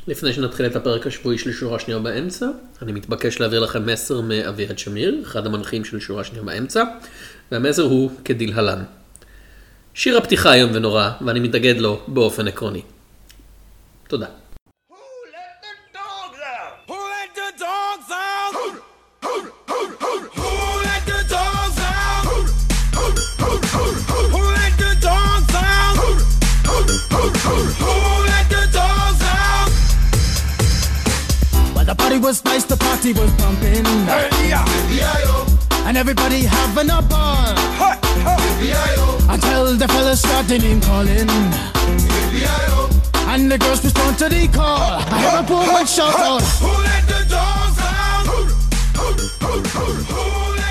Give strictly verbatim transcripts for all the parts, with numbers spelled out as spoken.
לפני שנתחיל את הפרק השבועי של שורה שנייה באמצע, אני מתבקש להעביר לכם מסר מאביעד שמיר, אחד המנחים של שורה שנייה באמצע, והמסר הוא כדלהלן. שיר הפתיחה היום ונורא, ואני מתנגד לו באופן עקרוני. תודה. The party was nice, the party was pumping. Hey, yeah. And everybody having a ball. Hey, hey. Until the fellas started name calling. And the girls respond to the call. I hear a woman shout out. Who let the dogs out? Who let the dogs out?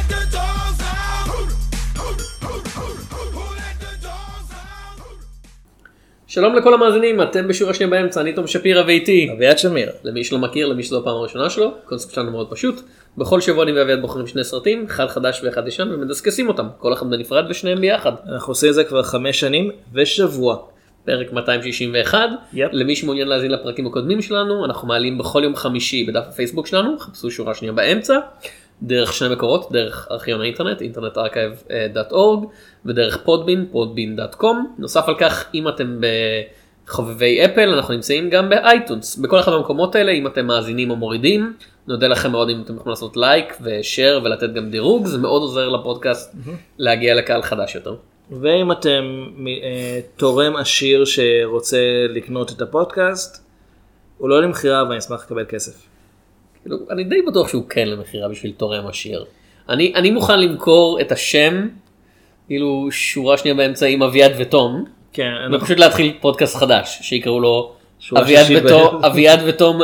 שלום לכל המאזינים, אתם בשורה שנייה באמצע, אני תום שפירא ואיתי אביעד שמיר. למי שלא מכיר, למי שזו הפעם הראשונה שלו, קונספט שלנו מאוד פשוט. בכל שבוע אני ואביעד בוחרים שני סרטים, אחד חדש ואחד ישן, ומדסקסים אותם, כל אחד בנפרד ושניהם ביחד. אנחנו עושים את זה כבר חמש שנים ושבוע. פרק מאתיים שישים ואחת. Yep. למי שמעוניין להזין לפרקים הקודמים שלנו, אנחנו מעלים בכל יום חמישי בדף הפייסבוק שלנו, חפשו שורה שנייה באמצע, דרך שני מקורות, דרך ארכיון האינטרנט, אינטרנט ארכייב דוט אורג, ודרך פודבין, פודבין דוט קום. נוסף על כך, אם אתם בחובבי אפל, אנחנו נמצאים גם באייטונס. בכל אחד המקומות האלה, אם אתם מאזינים או מורידים, נודה לכם מאוד אם אתם יכולים לעשות לייק ושאר ולתת גם דירוג, זה מאוד עוזר לפודקאסט mm-hmm. להגיע לקהל חדש יותר. ואם אתם תורם עשיר שרוצה לקנות את הפודקאסט, הוא לא למחירה ואני אשמח לקבל כסף. אני די בטוח שהוא כן למחירה בשביל תורם עשיר. אני, אני מוכן למכור את השם, כאילו שורה שנייה באמצע עם אביעד ותום, כן, ופשוט אני... להתחיל פודקאסט חדש, שיקראו לו אביעד ותום, ב... אביעד ותום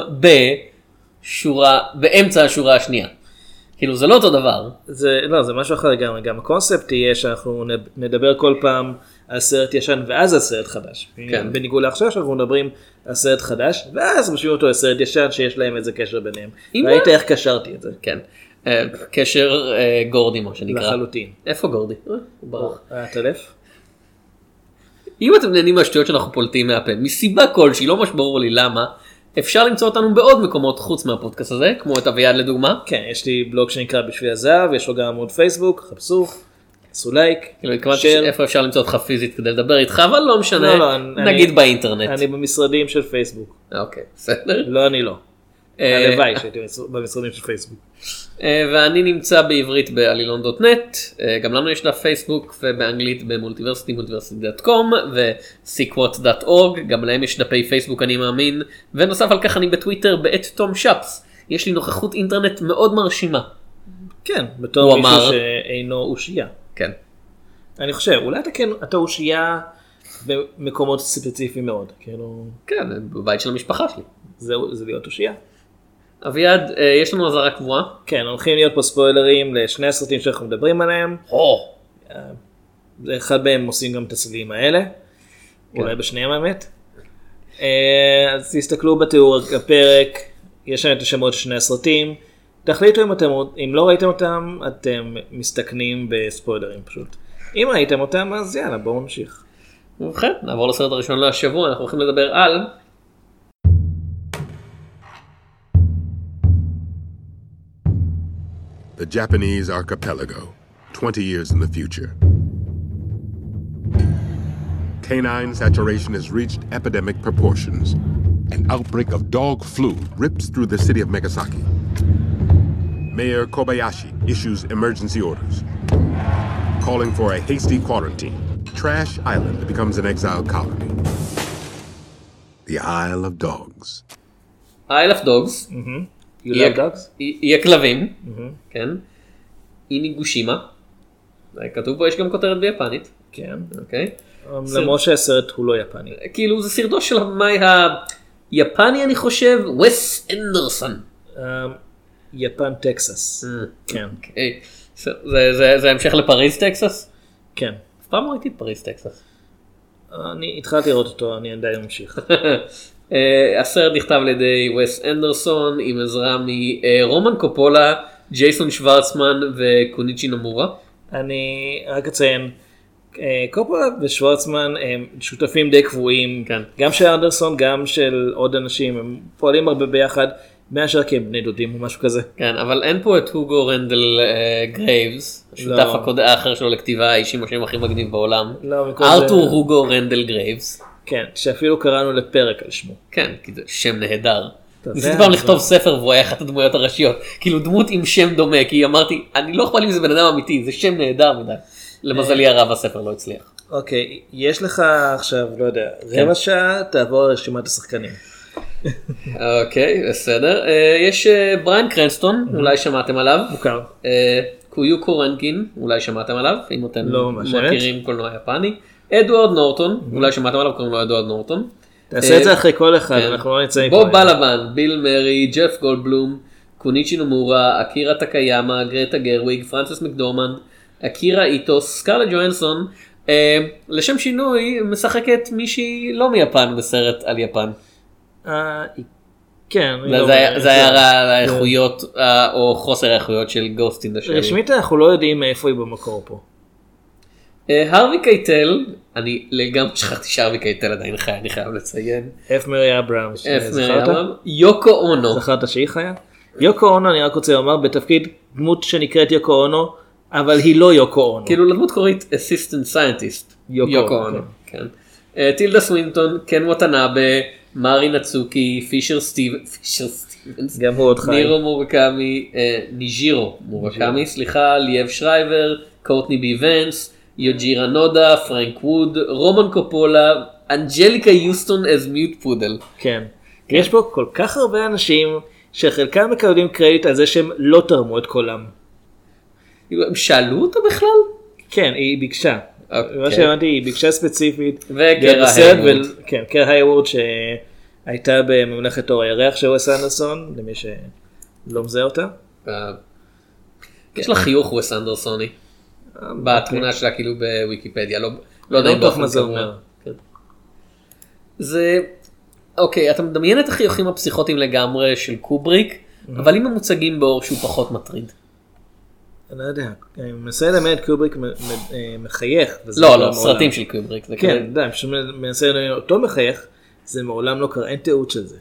בשורה, באמצע השורה השנייה. כאילו זה לא אותו דבר. זה, לא, זה משהו אחר גם, גם הקונספט יהיה שאנחנו נדבר כל פעם על סרט ישן ואז על סרט חדש. כן. בניגוד לעכשיו שאנחנו מדברים על סרט חדש, ואז משווים אותו על סרט ישן שיש להם איזה קשר ביניהם. ראית איך קשרתי את זה. כן. קשר גורדי מה שנקרא. לחלוטין. איפה גורדי? הוא ברח. הטלף? אם אתם נהנים מהשטויות שאנחנו פולטים מהפה, מסיבה כלשהי, לא ממש ברור לי למה, אפשר למצוא אותנו בעוד מקומות חוץ מהפודקאסט הזה, כמו את אביעד לדוגמה. כן, יש לי בלוג שנקרא בשביל הזהב, יש לו גם עמוד פייסבוק, חפשו, עשו לייק. כאילו, התכוונתי איפה אפשר למצוא אותך פיזית כדי לדבר איתך, אבל לא משנה, נגיד באינטרנט. אני במשרדים של פייסבוק. אוקיי, בסדר. לא, אני לא. הלוואי שהייתי במשרדים של פייסבוק. ואני נמצא בעברית בעלילון דוט נט, גם לנו יש דף פייסבוק, ובאנגלית במולטיברסיטי, מולטיברסיטי דוט קום, ו-סיקוואט דוט אורג, גם להם יש דפי פייסבוק אני מאמין, ונוסף על כך אני בטוויטר בעת תום שפס, יש לי נוכחות אינטרנט מאוד מרשימה. כן, בתור מישהו שאינו אושייה. כן. אני חושב, אולי אתה כן, אתה אושייה במקומות ספציפיים מאוד, כאילו... כן, בבית של המשפחה שלי. זה להיות אושייה. אביעד, יש לנו עזרה קבועה? כן, הולכים להיות פה ספוילרים לשני הסרטים שאנחנו מדברים עליהם. או! אחד מהם עושים גם את הסרטים האלה. אולי בשניהם האמת. אז תסתכלו בתיאור הפרק, יש שם את השמות של שני הסרטים. תחליטו אם אתם, אם לא ראיתם אותם, אתם מסתכנים בספוילרים פשוט. אם ראיתם אותם, אז יאללה, בואו נמשיך. ובכן, נעבור לסרט הראשון לשבוע, אנחנו הולכים לדבר על... The Japanese archipelago, twenty years in the future. Canine saturation has reached epidemic proportions. An outbreak of dog flu rips through the city of Megasaki. Mayor Kobayashi issues emergency orders, calling for a hasty quarantine. Trash Island becomes an exile colony. The Isle of Dogs. Isle of Dogs. Mm-hmm. You love dogs? היא הכלבים, כן. היא ניגושימה. כתוב פה, יש גם כותרת ביפנית. כן. אוקיי. למרות שהסרט הוא לא יפני. כאילו זה סרטו של המאי היפני אני חושב, ווס אנדרסון. יפן טקסס. כן. זה המשך לפריז טקסס? כן. אף פעם ראיתי את פריז טקסס. אני התחלתי לראות אותו, אני עדיין ממשיך. הסרט נכתב על ידי ווס אנדרסון עם עזרה מרומן קופולה, ג'ייסון שוורצמן וקוניצ'י נמורה. אני רק אציין, קופולה ושוורצמן הם שותפים די קבועים, כן. גם של אנדרסון, גם של עוד אנשים, הם פועלים הרבה ביחד, מאשר כי הם בני דודים או משהו כזה. כן, אבל אין פה את הוגו רנדל גרייבס, השותף האחר שלו לכתיבה, האיש עם השם הכי מגניב בעולם. ארתור הוגו רנדל גרייבס. כן, שאפילו קראנו לפרק על שמו. כן, כי זה שם נהדר. ניסיתי פעם לכתוב ספר והוא היה אחת הדמויות הראשיות, כאילו דמות עם שם דומה, כי אמרתי, אני לא אכפת לי אם זה בן אדם אמיתי, זה שם נהדר מדי. למזלי הרב הספר לא הצליח. אוקיי, יש לך עכשיו, לא יודע, רבע שעה, תעבור לרשימת השחקנים. אוקיי, בסדר. יש בריין קרנסטון, אולי שמעתם עליו. מוכר. קיויוקו רנקין, אולי שמעתם עליו, אם אתם מכירים קולנוע יפני. אדוארד נורטון, אולי שמעתם עליו, קוראים לו אדוארד נורטון. תעשה את זה אחרי כל אחד, אנחנו לא נצא בוב בלבן, ביל מרי, ג'ף גולדבלום, קוניצ'י נומורה, אקירה טקיימה, גרטה גרוויג, פרנסס מקדורמנד, אקירה איטוס, סקרלט ג'ואנסון, לשם שינוי משחקת מישהי לא מיפן בסרט על יפן. כן. זה היה רע האיכויות או חוסר האיכויות של גוסט אין דה של. רשמית אנחנו לא יודעים מאיפה היא במקור פה. הרווי קייטל, אני לגמרי שכחתי שהרווי קייטל עדיין חיה, אני חייב לציין. אף מרי אברהם. אף מרי אברהם. יוקו אונו. זכרת שהיא חיה? יוקו אונו, אני רק רוצה לומר, בתפקיד דמות שנקראת יוקו אונו, אבל היא לא יוקו אונו. כאילו לדמות קורית אסיסטנט סיינטיסט. יוקו אונו. טילדה סווינטון, קן ווטנאבה, מארי נצוקי, פישר סטיבנס. גם הוא עוד חי. נירו מורקמי, ניג'ירו מורקמי, סליחה, ליאב שרייבר, קורטני בי ונס, יוג'ירה נודה, פרנק ווד, רומן קופולה, אנג'ליקה יוסטון as mute פודל. כן. יש פה כל כך הרבה אנשים שחלקם מקבלים קרדיט על זה שהם לא תרמו את קולם. הם שאלו אותה בכלל? כן, היא ביקשה. מה שהבנתי, היא ביקשה ספציפית. וקרה היוורד. כן, קרה היוורד שהייתה בממלכת אור הירח של וס אנדרסון, למי שלא מזהה אותה. יש לה חיוך וס אנדרסוני. בתמונה שלה כאילו בוויקיפדיה, לא יודע באופן קבוע. זה, אוקיי, אתה מדמיין את החיוכים הפסיכוטיים לגמרי של קובריק, אבל אם הם מוצגים באור שהוא פחות מטריד. אני לא יודע, אני מנסה לדמיין את קובריק מחייך. לא, לא, סרטים של קובריק. כן, די, אני מנסה לדמיין אותו מחייך, זה מעולם לא קרה, אין תיעוד של זה.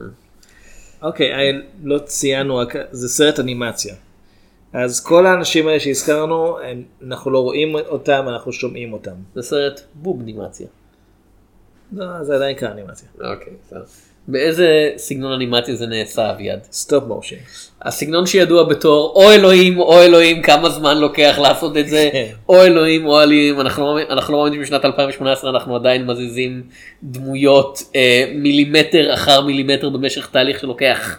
אוקיי, לא ציינו, זה סרט אנימציה. אז כל האנשים האלה שהזכרנו, אנחנו לא רואים אותם, אנחנו שומעים אותם. זה סרט בוב אנימציה. לא, זה עדיין כאן אנימציה. אוקיי, בסדר. באיזה סגנון אנימציה זה נעשה, אביעד? סטופ מושן. הסגנון שידוע בתור, או אלוהים, או אלוהים, כמה זמן לוקח לעשות את זה, או אלוהים, או אלוהים, אנחנו לא מאמינים שבשנת אלפיים שמונה עשרה אנחנו עדיין מזיזים דמויות מילימטר אחר מילימטר במשך תהליך שלוקח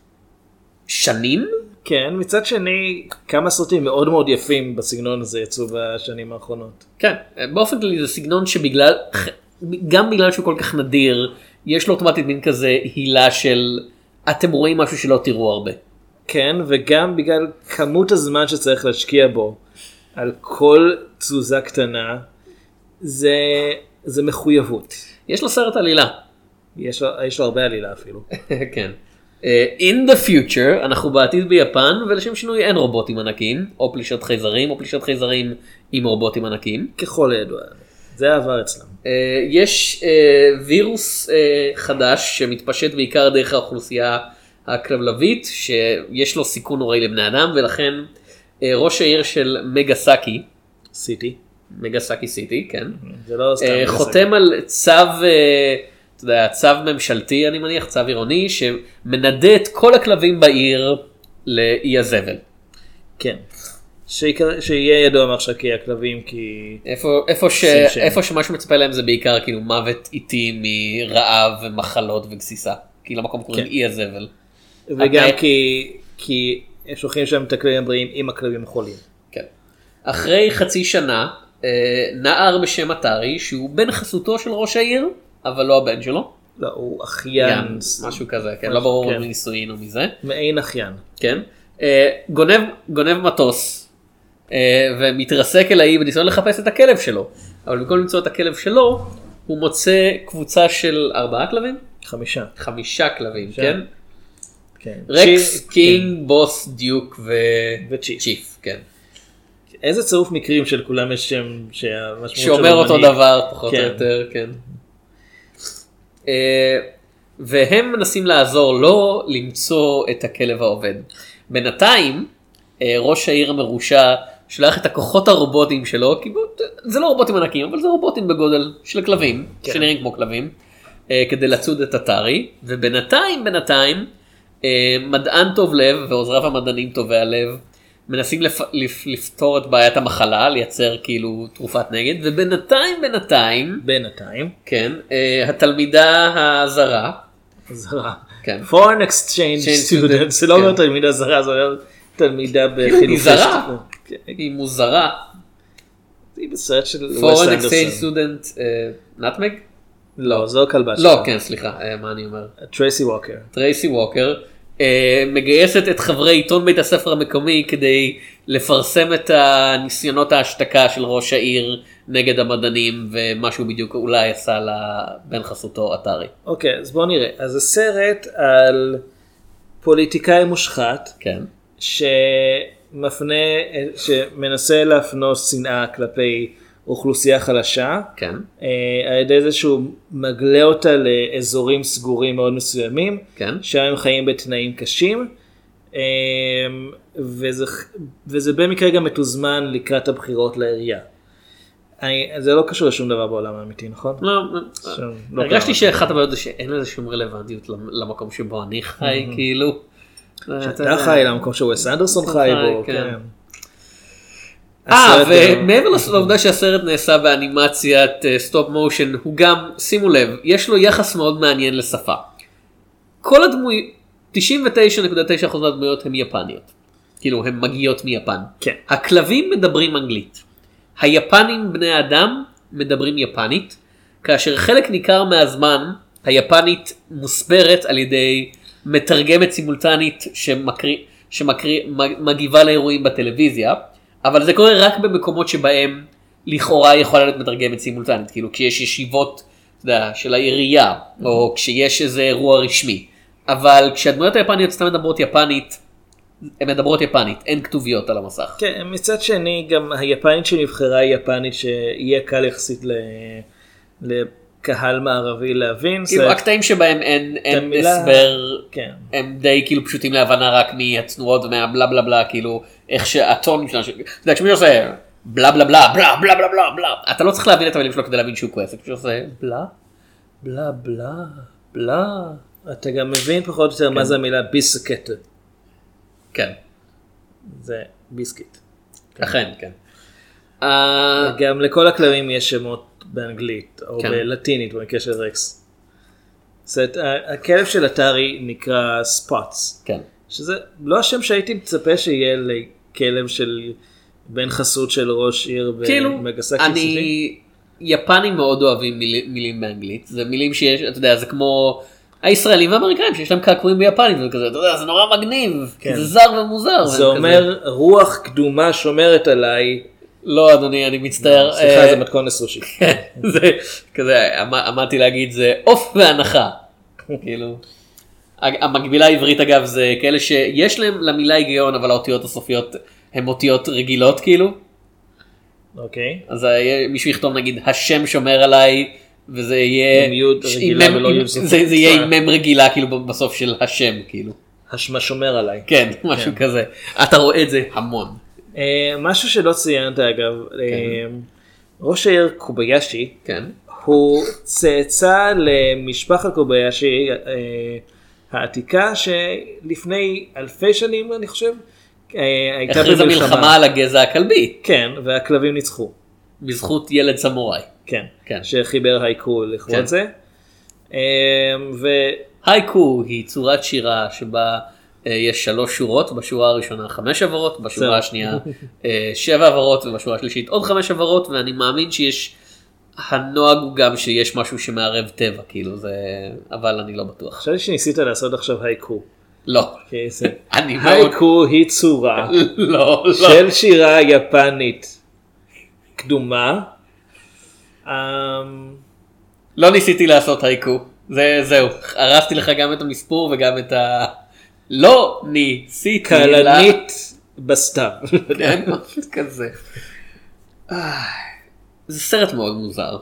שנים? כן, מצד שני, כמה סרטים מאוד מאוד יפים בסגנון הזה יצאו בשנים האחרונות. כן, באופן כללי זה סגנון שבגלל, גם בגלל שהוא כל כך נדיר, יש לו אוטומטית מין כזה הילה של, אתם רואים משהו שלא תראו הרבה. כן, וגם בגלל כמות הזמן שצריך להשקיע בו, על כל תזוזה קטנה, זה, זה מחויבות. יש לו סרט עלילה. יש לו, יש לו הרבה עלילה אפילו. כן. In the future, אנחנו בעתיד ביפן, ולשם שינוי אין רובוטים ענקים, או פלישת חייזרים, או פלישת חייזרים עם רובוטים ענקים. ככל הידוע, זה עבר אצלם. יש וירוס חדש שמתפשט בעיקר דרך האוכלוסייה הכלבלבית, שיש לו סיכון נוראי לבני אדם, ולכן ראש העיר של מגסקי, סיטי, מגסקי סיטי, כן, זה לא סתם חותם על צו, אתה יודע, צו ממשלתי, אני מניח, צו עירוני, שמנדה את כל הכלבים בעיר לאי הזבל. כן. שיהיה ידוע מעכשיו כי הכלבים, כי... איפה, ש... איפה שמשהו מצפה להם זה בעיקר כאילו מוות איטי מרעב ומחלות וגסיסה. כי למקום קוראים אי הזבל. וגם כי, כי הם שולחים שם את הכלבים הבריאים עם הכלבים החולים. כן. אחרי חצי שנה, נער בשם אתרי, שהוא בן חסותו של ראש העיר, אבל לא הבן שלו. לא, הוא אחיין. משהו כזה, כן. לא ברור אם נישואין או מזה. מעין אחיין. כן. גונב, גונב מטוס. ומתרסק אל האי בניסיון לחפש את הכלב שלו, אבל במקום למצוא את הכלב שלו הוא מוצא קבוצה של ארבעה כלבים? חמישה. חמישה כלבים, כן? כן. רקס, קינג, בוס, דיוק וצ'יף, כן. איזה צירוף מקרים של כולם יש שם שהמשמעות שאומר אותו דבר פחות או יותר, כן. והם מנסים לעזור לו למצוא את הכלב העובד. בינתיים, ראש העיר המרושע שלח את הכוחות הרובוטיים שלו, כי זה לא רובוטים ענקים, אבל זה רובוטים בגודל של כלבים, כן. שנראים כמו כלבים, כדי לצוד את אתרי, ובינתיים, בינתיים, מדען טוב לב ועוזריו המדענים טובי הלב, מנסים לפ... לפ... לפתור את בעיית המחלה, לייצר כאילו תרופת נגד, ובינתיים, בינתיים, בינתיים, כן, התלמידה הזרה, זרה, כן. foreign exchange student, זה לא אומר תלמידה זרה, זה אומר תלמידה בחילופי, היא זרה, היא מוזרה, היא בסרט של foreign exchange student, נטמג? לא, זו כלבה לא, כן, סליחה, מה אני אומר? טרייסי ווקר. טרייסי ווקר. מגייסת את חברי עיתון בית הספר המקומי כדי לפרסם את הניסיונות ההשתקה של ראש העיר נגד המדענים ומשהו בדיוק אולי עשה לבן חסותו אתרי. אוקיי, אז בוא נראה. אז הסרט על פוליטיקאי מושחת, כן. שמפנה, שמנסה להפנות שנאה כלפי אוכלוסייה חלשה, כן. על ידי זה שהוא מגלה אותה לאזורים סגורים מאוד מסוימים, כן. שם הם חיים בתנאים קשים, וזה, וזה במקרה גם מתוזמן לקראת הבחירות לעירייה. אני, זה לא קשור לשום דבר בעולם האמיתי, נכון? לא, שם, לא הרגשתי שאחת הבעיות זה שאין לזה שום רלוונטיות למקום שבו אני חי, כאילו. שאתה חי למקום שווסט אנדרסון חי בו, כן. אה, ומעבר לעובדה שהסרט נעשה באנימציית סטופ מושן, הוא גם, שימו לב, יש לו יחס מאוד מעניין לשפה. כל הדמויות, תשעים ותשע נקודה תשע אחוז מהדמויות הן יפניות. כאילו, הן מגיעות מיפן. כן. הכלבים מדברים אנגלית. היפנים בני האדם מדברים יפנית, כאשר חלק ניכר מהזמן, היפנית מוסברת על ידי מתרגמת סימולטנית שמקריא, שמקריא, מגיבה לאירועים בטלוויזיה, אבל זה קורה רק במקומות שבהם לכאורה יכולה להיות מתרגמת סימולטנית, כאילו כשיש ישיבות יודע, של העירייה, או כשיש איזה אירוע רשמי. אבל כשהדמויות היפניות סתם מדברות יפנית, הן מדברות יפנית, אין כתוביות על המסך. כן, מצד שני גם היפנית שנבחרה היא יפנית שיהיה קל יחסית לקהל מערבי להבין. כאילו הקטעים שבהם אין, אין הסבר, כן. הם די כאילו פשוטים להבנה רק מהצנועות ומהבלה בלה בלה, כאילו איך שהטון שלנו, אתה יודע, כשמישהו עושה בלה בלה בלה בלה בלה בלה בלה בלה, אתה לא צריך להבין את המילים שלו כדי להבין שהוא כועס, כשמישהו עושה בלה בלה בלה בלה. אתה גם מבין פחות או יותר מה זה המילה ביסקט. כן. זה ביסקיט. אכן, כן. גם לכל הכלבים יש שמות באנגלית או בלטינית במקרה של רקס. הכלב של אתרי נקרא ספוטס. כן. שזה לא השם שהייתי מצפה שיהיה לכלב של בן חסות של ראש עיר במגסקי. כאילו, אני... יפנים מאוד אוהבים מילים באנגלית. זה מילים שיש, אתה יודע, זה כמו... הישראלים והאמריקאים שיש להם קעקועים ביפנית וכזה, אתה יודע, זה נורא מגניב, כי זה זר ומוזר. זה אומר, רוח קדומה שומרת עליי. לא, אדוני, אני מצטער. סליחה, זה מתכון לסושי. זה כזה, עמדתי להגיד, זה אוף והנחה. כאילו, המקבילה העברית אגב זה כאלה שיש להם למילה היגיון, אבל האותיות הסופיות הן אותיות רגילות כאילו. אוקיי. אז מישהו יכתוב נגיד, השם שומר עליי, וזה יהיה, עם יוד רגילה ולא יוד סופית. זה יהיה עם מם רגילה כאילו בסוף של השם כאילו. השמה שומר עליי. כן, משהו כזה. אתה רואה את זה המון. משהו שלא ציינת אגב, ראש העיר קוביישי, כן. הוא צאצא למשפחת קוביישי העתיקה שלפני אלפי שנים אני חושב, הייתה במלחמה. מלחמה על הגזע הכלבי. כן, והכלבים ניצחו. בזכות ילד סמוראי. כן, כן. שחיבר הייקו לכבוד כן. זה. ו... הייקו היא צורת שירה שבה יש שלוש שורות, בשורה הראשונה חמש עברות, בשורה השנייה שבע עברות, ובשורה השלישית עוד חמש עברות, ואני מאמין שיש, הנוהג הוא גם שיש משהו שמערב טבע, כאילו זה, אבל אני לא בטוח. חשבתי שניסית לעשות עכשיו הייקו. לא. הייקו היא צורה לא, לא. של שירה יפנית קדומה. לא ניסיתי לעשות הייקו, זה זהו, הרסתי לך גם את המספור וגם את ה... לא ניסיתי. כלנית בסתיו. כן, כזה. זה סרט מאוד מוזר.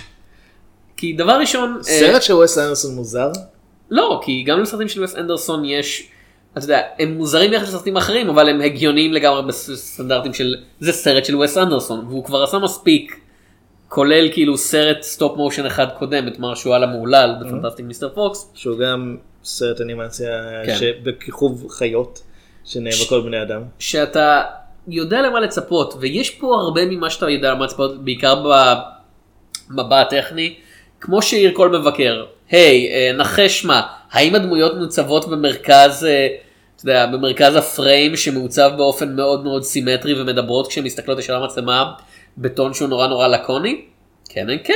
כי דבר ראשון... סרט של ווס אנדרסון מוזר? לא, כי גם לסרטים של ווס אנדרסון יש... אתה יודע, הם מוזרים יחד לסרטים אחרים, אבל הם הגיוניים לגמרי בסטנדרטים של... זה סרט של ווס אנדרסון, והוא כבר עשה מספיק, כולל כאילו סרט סטופ מושן אחד קודם, את מרשואל המעולל בפנטסטיק מיסטר פוקס. שהוא גם סרט אנימציה בכיכוב חיות, שנאבקות בני אדם. שאתה יודע למה לצפות, ויש פה הרבה ממה שאתה יודע למה לצפות, בעיקר במבע הטכני, כמו שעיר כל מבקר. היי, hey, נחש מה, האם הדמויות מוצבות במרכז, אתה יודע, במרכז הפריים שמעוצב באופן מאוד מאוד סימטרי ומדברות כשהן מסתכלות ישר למצלמה בטון שהוא נורא נורא לקוני? כן, כן.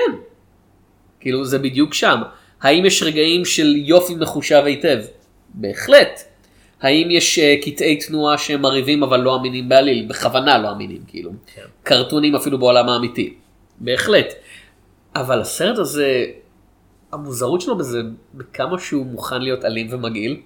כאילו זה בדיוק שם. האם יש רגעים של יופי מחושב היטב? בהחלט. האם יש uh, קטעי תנועה שהם מריבים אבל לא אמינים בעליל? בכוונה לא אמינים, כאילו. כן. קרטונים אפילו בעולם האמיתי. בהחלט. אבל הסרט הזה... המוזרות שלו בזה, בכמה שהוא מוכן להיות אלים ומגעיל.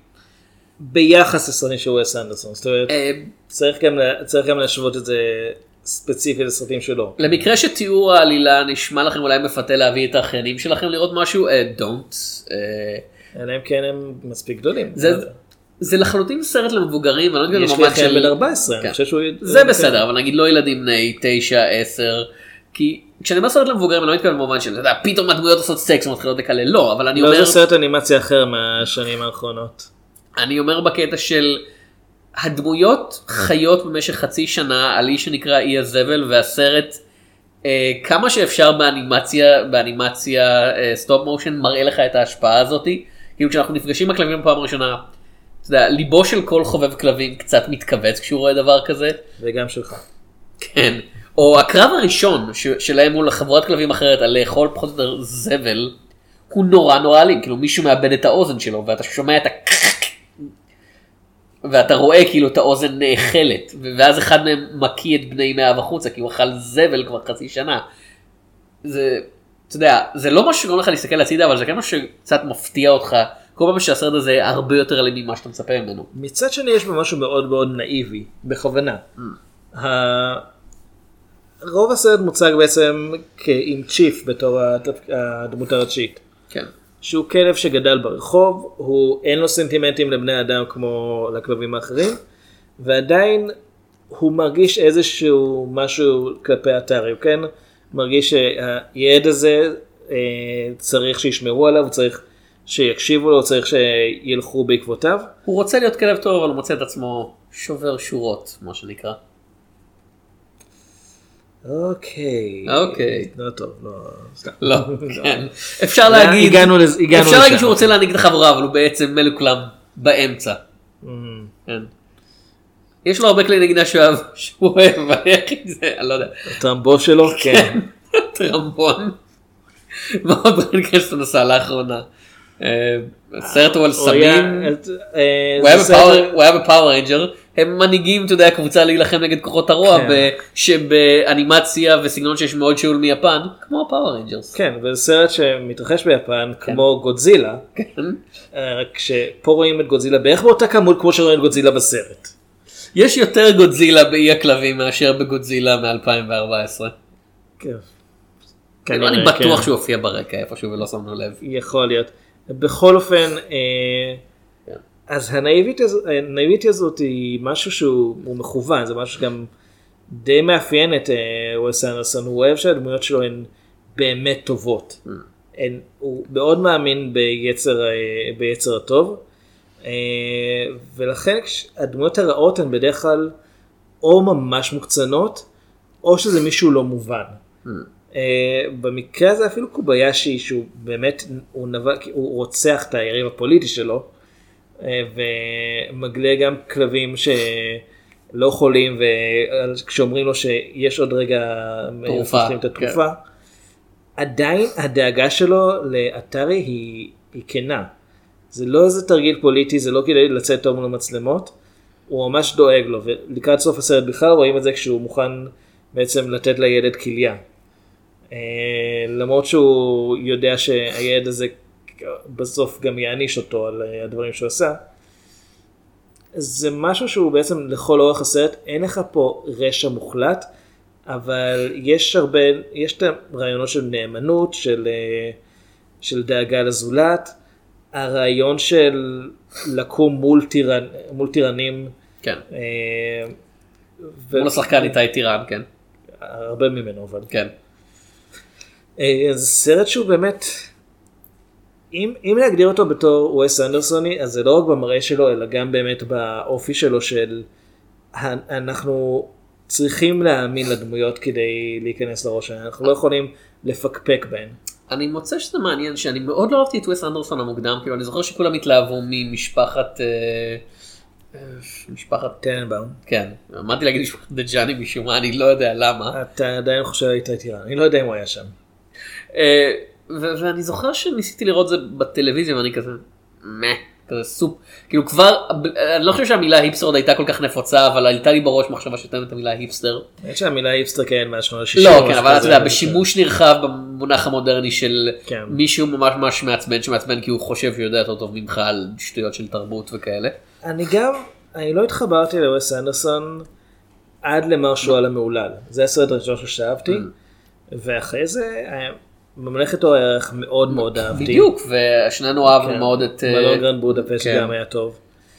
ביחס לסרטים של ווס אנדרסון, זאת אומרת, צריך גם, צריך גם להשוות את זה ספציפי לסרטים שלו. למקרה שתיאור העלילה נשמע לכם אולי מפתה להביא את האחיינים שלכם לראות משהו, don't. אלא אם כן הם מספיק גדולים. זה, זה לחלוטין סרט למבוגרים, אני לא יודע יש לי אחרי בן ארבע עשרה, אני חושב שהוא... זה בסדר, אבל נגיד לא ילדים בני תשע, עשר, כי... כשאני אומר סרט למבוגרים, אני לא מתכוון במובן של, אתה יודע, פתאום הדמויות עושות סקס ומתחילות לקלל, לא, אבל אני אומר... לא, זה סרט אנימציה אחר מהשנים האחרונות. אני אומר בקטע של, הדמויות חיות במשך חצי שנה על איש שנקרא אי הזבל, והסרט, אה, כמה שאפשר באנימציה, באנימציה סטופ מושן, מראה לך את ההשפעה הזאת, כאילו כשאנחנו נפגשים עם הכלבים בפעם הראשונה, אתה יודע, ליבו של כל חובב כלבים קצת מתכווץ כשהוא רואה דבר כזה. וגם שלך. כן. או הקרב הראשון שלהם מול חברת כלבים אחרת על לאכול פחות או יותר זבל, הוא נורא נורא אלים, כאילו מישהו מאבד את האוזן שלו, ואתה שומע את ה... ואתה רואה כאילו את האוזן נאכלת, ואז אחד מהם מקיא את בני מאיו החוצה, כי הוא אכל זבל כבר חצי שנה. זה, אתה יודע, זה לא משהו שגורם לך להסתכל הצידה, אבל זה כן משהו שקצת מפתיע אותך, כל פעם שהסרט הזה הרבה יותר אלים ממה שאתה מצפה ממנו. מצד שני יש בו משהו מאוד מאוד נאיבי, בכוונה. ה... רוב הסרט מוצג בעצם עם צ'יף בתור הדמות הראשית. כן. שהוא כלב שגדל ברחוב, הוא אין לו סנטימנטים לבני אדם כמו לכלבים האחרים, ועדיין הוא מרגיש איזשהו משהו כלפי אתרי, הוא כן מרגיש שהילד הזה אה, צריך שישמרו עליו, צריך שיקשיבו לו, צריך שילכו בעקבותיו. הוא רוצה להיות כלב טוב, אבל הוא מוצא את עצמו שובר שורות, מה שנקרא. אוקיי. אוקיי. לא טוב, לא. לא, כן. אפשר להגיד, אפשר להגיד שהוא רוצה להנהיג את החבורה, אבל הוא בעצם מלוכלם באמצע. כן. יש לו הרבה כלי נגינה שהוא אוהב, אבל איך זה, אני לא יודע. הטרמבון שלו? כן. טרמבון. מה עוד בריין קרסטון עשה לאחרונה? הסרט הוא על סמים. הוא היה בפאוור ריינג'ר. הם מנהיגים, אתה יודע, קבוצה להילחם נגד כוחות הרוע, שבאנימציה וסגנון שיש מאוד שאול מיפן, כמו הפאוור ריינג'רס. כן, וזה סרט שמתרחש ביפן, כמו גודזילה, רק שפה רואים את גודזילה בערך באותה כמות, כמו שרואים את גודזילה בסרט. יש יותר גודזילה באי הכלבים, מאשר בגודזילה מ-אלפיים וארבע עשרה. כן. אני בטוח שהוא הופיע ברקע איפשהו ולא שמנו לב. יכול להיות. בכל אופן, אז הנאיבית הזאת היא משהו שהוא מכוון, זה משהו שגם די מאפיין את ווס אנדרסון, הוא אוהב שהדמויות שלו הן באמת טובות, הוא מאוד מאמין ביצר הטוב, ולכן הדמויות הרעות הן בדרך כלל או ממש מוקצנות, או שזה מישהו לא מובן. במקרה הזה אפילו קוביישי, שהוא באמת, הוא רוצח את היריב הפוליטי שלו, ומגלה גם כלבים שלא חולים, וכשאומרים לו שיש עוד רגע מפתחים את התרופה, עדיין הדאגה שלו לאתרי היא, היא כנה. זה לא איזה תרגיל פוליטי, זה לא כדי לצאת טוב מול המצלמות, הוא ממש דואג לו, ולקראת סוף הסרט בכלל רואים את זה כשהוא מוכן בעצם לתת לילד כליה. למרות שהוא יודע שהילד הזה בסוף גם יעניש אותו על הדברים שהוא עשה. זה משהו שהוא בעצם לכל אורך הסרט, אין לך פה רשע מוחלט, אבל יש הרבה, יש את הרעיונות של נאמנות, של, של דאגה לזולת, הרעיון של לקום מול, טירנ, מול טירנים. כן. ו... מול השחקן איתי טירן, כן. הרבה ממנו, אבל. כן. זה סרט שהוא באמת, אם, אם להגדיר אותו בתור ווס אנדרסוני, אז זה לא רק במראה שלו, אלא גם באמת באופי שלו של, אנחנו צריכים להאמין לדמויות כדי להיכנס לראש, אנחנו לא יכולים לפקפק בהן. אני מוצא שזה מעניין, שאני מאוד לא אהבתי את ווס אנדרסון המוקדם, כאילו אני זוכר שכולם התלהבו ממשפחת, משפחת טננבאום. כן, אמרתי להגיד משפחת דג'אני משום מה, אני לא יודע למה. אתה עדיין חושב איתי טירן, אני לא יודע אם הוא היה שם. ואני זוכר שניסיתי לראות זה בטלוויזיה ואני כזה, מה, כזה סופ, כאילו כבר, אני לא חושב שהמילה היפסטר עוד הייתה כל כך נפוצה, אבל הייתה לי בראש מחשבה שתיים את המילה היפסטר. אני חושב שהמילה היפסטר כן מהשנות ה-שישים. לא, כן, אבל אתה יודע, בשימוש נרחב במונח המודרני של מישהו ממש ממש מעצבן, שמעצבן כי הוא חושב שיודע יותר טוב ממך על שטויות של תרבות וכאלה. אני גם, אני לא התחברתי לווס אנדרסון עד למרשו על המעולל. זה הסרט הראשון ששאהבתי, ואחרי זה ממלכת אור הערך מאוד מאוד אהבתי. בדיוק, ושנינו אהבנו מאוד את... מלון גרנד בודפשט גם היה טוב.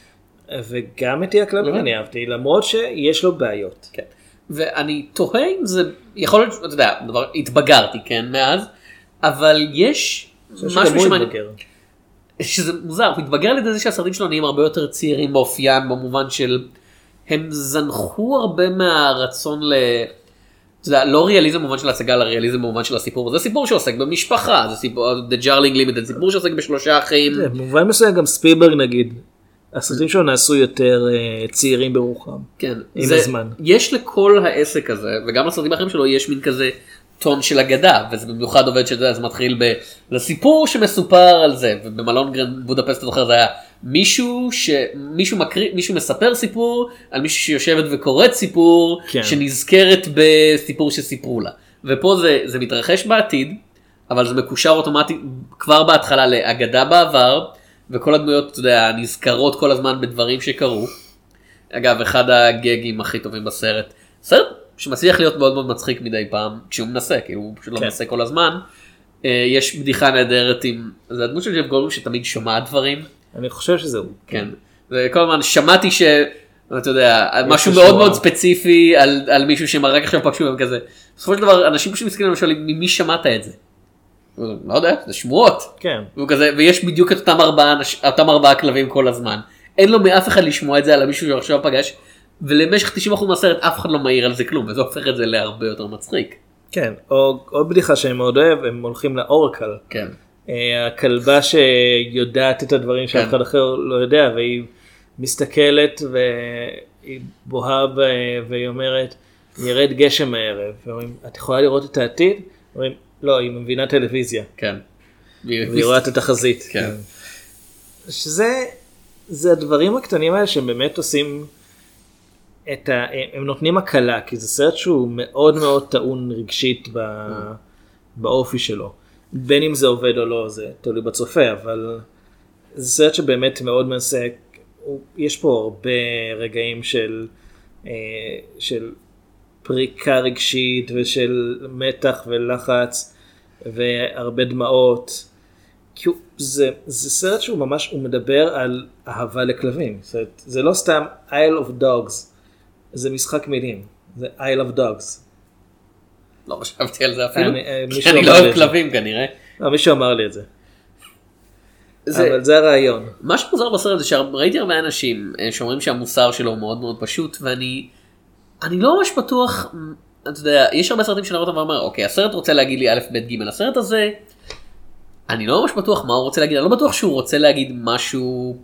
וגם את אי הכלבים אני אהבתי, למרות שיש לו בעיות. כן. ואני תוהה אם זה, יכול להיות, אתה יודע, דבר, התבגרתי, כן, מאז, אבל יש משהו שמעניין, שזה מוזר, הוא התבגר על ידי זה שהסרטים שלו נהיים הרבה יותר צעירים באופיין, במובן של, הם זנחו הרבה מהרצון ל... זה לא ריאליזם במובן של הצגה, אלא ריאליזם במובן של הסיפור. זה סיפור שעוסק במשפחה, זה סיפור, The Jarling Limited, סיפור שעוסק בשלושה אחים. במובן מסוים גם ספילברג נגיד, הסרטים שלו נעשו יותר צעירים ברוחם. כן. עם הזמן. יש לכל העסק הזה, וגם לסרטים האחרים שלו יש מין כזה טון של אגדה, וזה במיוחד עובד שזה מתחיל לסיפור שמסופר על זה, ובמלון גרנד בודפשט אתה זוכר זה היה מישהו שמישהו מקריא, מישהו מספר סיפור על מישהו שיושבת וקוראת סיפור כן. שנזכרת בסיפור שסיפרו לה, ופה זה, זה מתרחש בעתיד, אבל זה מקושר אוטומטית כבר בהתחלה לאגדה בעבר, וכל הדמויות אתה יודע, נזכרות כל הזמן בדברים שקרו. אגב, אחד הגגים הכי טובים בסרט, סרט שמצליח להיות מאוד מאוד מצחיק מדי פעם, כשהוא מנסה, כאילו הוא פשוט לא מנסה כל הזמן. יש בדיחה נהדרת עם, זה הדמות של ג'ף גולדבלום שתמיד שומעת דברים. אני חושב שזהו. כן. וכל הזמן שמעתי ש, אתה יודע, משהו מאוד מאוד ספציפי על, על מישהו שרק עכשיו פגשו הם כזה. בסופו של דבר, אנשים פשוט מסתכלים למשל, ממי שמעת את זה? לא יודע, זה שמועות. כן. והוא כזה, ויש בדיוק את אותם ארבעה, אותם ארבעה כלבים כל הזמן. אין לו מאף אחד לשמוע את זה על מישהו שעכשיו פגש. ולמשך תשעים אחוז מהסרט אף אחד לא מעיר על זה כלום, וזה הופך את זה להרבה יותר מצחיק. כן, או, עוד בדיחה שאני מאוד אוהב, הם הולכים לאורקל. כן. הכלבה שיודעת את הדברים שאף אחד אחר לא יודע, והיא מסתכלת והיא בוהה והיא אומרת, ירד גשם הערב, ואומרים, את יכולה לראות את העתיד? אומרים, לא, היא מבינה טלוויזיה. כן. והיא רואה את התחזית. כן. שזה, זה הדברים הקטנים האלה שהם באמת עושים... את ה... הם נותנים הקלה, כי זה סרט שהוא מאוד מאוד טעון רגשית ב... באופי שלו. בין אם זה עובד או לא, זה תלוי בצופה, אבל זה סרט שבאמת מאוד מנסה, יש פה הרבה רגעים של, של פריקה רגשית ושל מתח ולחץ והרבה דמעות. כי זה, זה סרט שהוא ממש, הוא מדבר על אהבה לכלבים. זאת, זה לא סתם Isle of Dogs. זה משחק מילים, זה I love dogs. לא חשבתי על זה אפילו, כי אני לא אוהב כלבים כנראה. מישהו אמר לי את זה. אבל זה הרעיון. מה שמוזר בסרט זה שראיתי הרבה אנשים שאומרים שהמוסר שלו הוא מאוד מאוד פשוט, ואני אני לא ממש בטוח, אתה יודע, יש הרבה סרטים שאני רואה אותם ואומר, אוקיי, הסרט רוצה להגיד לי א' ב' ג', הסרט הזה, אני לא ממש בטוח מה הוא רוצה להגיד, אני לא בטוח שהוא רוצה להגיד משהו...